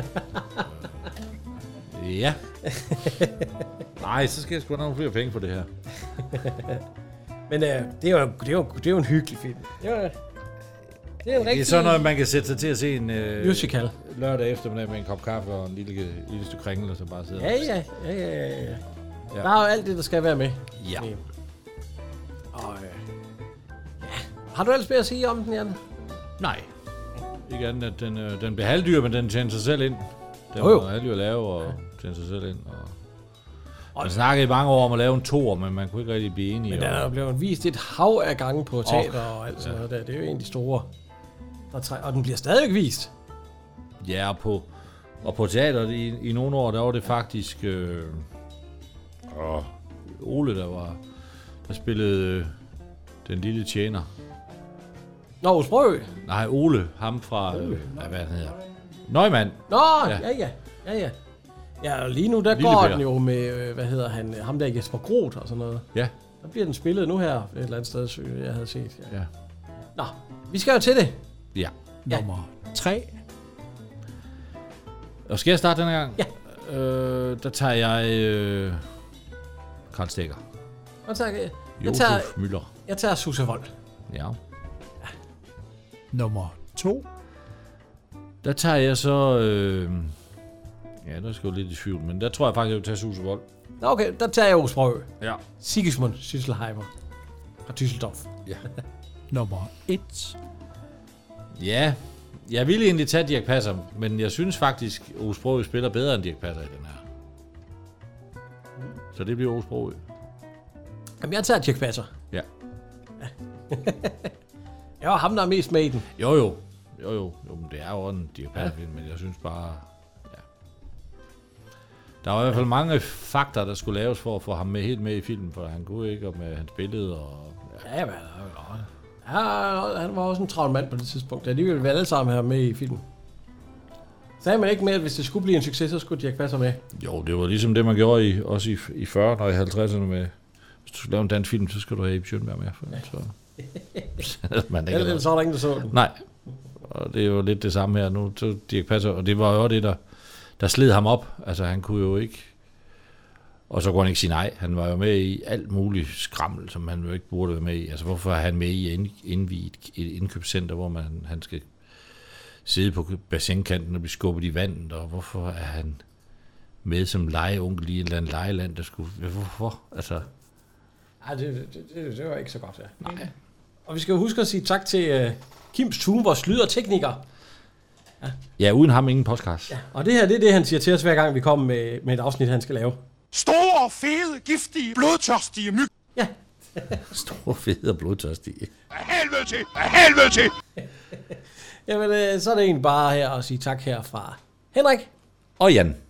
Ja. Nej, så skal jeg sgu have nogle flere penge på det her. Men det er jo en hyggelig film. Det er en rigtig... Det er sådan noget, man kan sætte sig til at se en... musical. Lørdag eftermiddag med en kop kaffe og en lille stykke kringle, så bare sidder Ja. Der er jo alt det, der skal være med. Ja. Og har du ellers mere at sige om den, Jan? Nej. Ikke andet, at den blev halvdyr, men den tjente sig selv ind. Den var halvdyr at lave og tjente sig selv ind. Og man snakkede i mange år om at lave en toer, men man kunne ikke rigtig blive enige. Men der er blevet vist et hav af gange på teater og alt sådan noget der. Det er jo en af de store. Og den bliver stadig vist. Ja, og på teateret i nogle år, der var det faktisk Ole, der spillede den lille tjener. Nå, Sprø. Nej, Ole, ham fra, hvad han hedder? Neumann. Nå, ja. Ja, og lige nu, der går den jo med, hvad hedder han, ham der Jesper Groth og sådan noget. Ja. Der bliver den spillet nu her, et eller andet sted, jeg havde set. Ja. Nå, vi skal jo til det. Ja. Nummer 3. Og skal jeg starte denne gang? Ja. Der tager jeg Karl Stegger. Josef Müller. Jeg tager Susse Wold. Ja. Nummer 2. Der tager jeg så... ja, der skal jo lidt i tvivl, men der tror jeg faktisk, jeg vil tage Susse Wold. Nå, okay, der tager jeg Aarhus Brøgge. Ja. Sigismund Sysselheimer fra Düsseldorf. Ja. Nummer 1. Ja, jeg ville egentlig tage Dirch Passer, men jeg synes faktisk, at Aarhus Brøgge spiller bedre end Dirch Passer i den her. Så det bliver Aarhus Brøgge. Jamen, jeg tager Dirch Passer. Ja. Jeg var ham, der er mest med i den. Jo, men det er jo en Dirch Passer-film, men jeg synes bare... Ja. Der var i hvert fald mange fakta, der skulle laves for at få ham med helt med i filmen, for han kunne ikke, og med hans billede og... Ja, han var også en travl mand på det tidspunkt. Ja, de ville alle sammen have med i filmen. Sagde man ikke med, at hvis det skulle blive en succes, så skulle Dirch Passer med? Jo, det var ligesom det, man gjorde også i 40'erne og i 50'erne Hvis du skal lave en dansk film, så skal du have Ebbe Schønberg med. Ellers så er der ingen, der så den. Nej, og det er jo lidt det samme her nu. Så Dirch Passer, og det var jo det, der sled ham op. Altså, han kunne jo ikke... Og så kunne han ikke sige nej. Han var jo med i alt muligt skrammel, som han jo ikke burde være med i. Altså, hvorfor er han med i et indkøbscenter, hvor han skal sidde på bassinkanten og blive skubbet i vandet, og hvorfor er han med som legeonkel i et eller andet legeland, der skulle... Hvorfor? Altså... Ej, det var ikke så godt, ja. Nej. Og vi skal jo huske at sige tak til Kim Thune, vores lydtekniker. Ja, uden ham ingen podcast. Ja, og det her, det er det, han siger til os, hver gang vi kommer med et afsnit, han skal lave. Store, fede, giftige, blodtørstige myg. Ja. Store, fede og blodtørstige. Af helvede til! Af helvede til! Jamen, så er det egentlig bare her at sige tak her fra Henrik. Og Jan.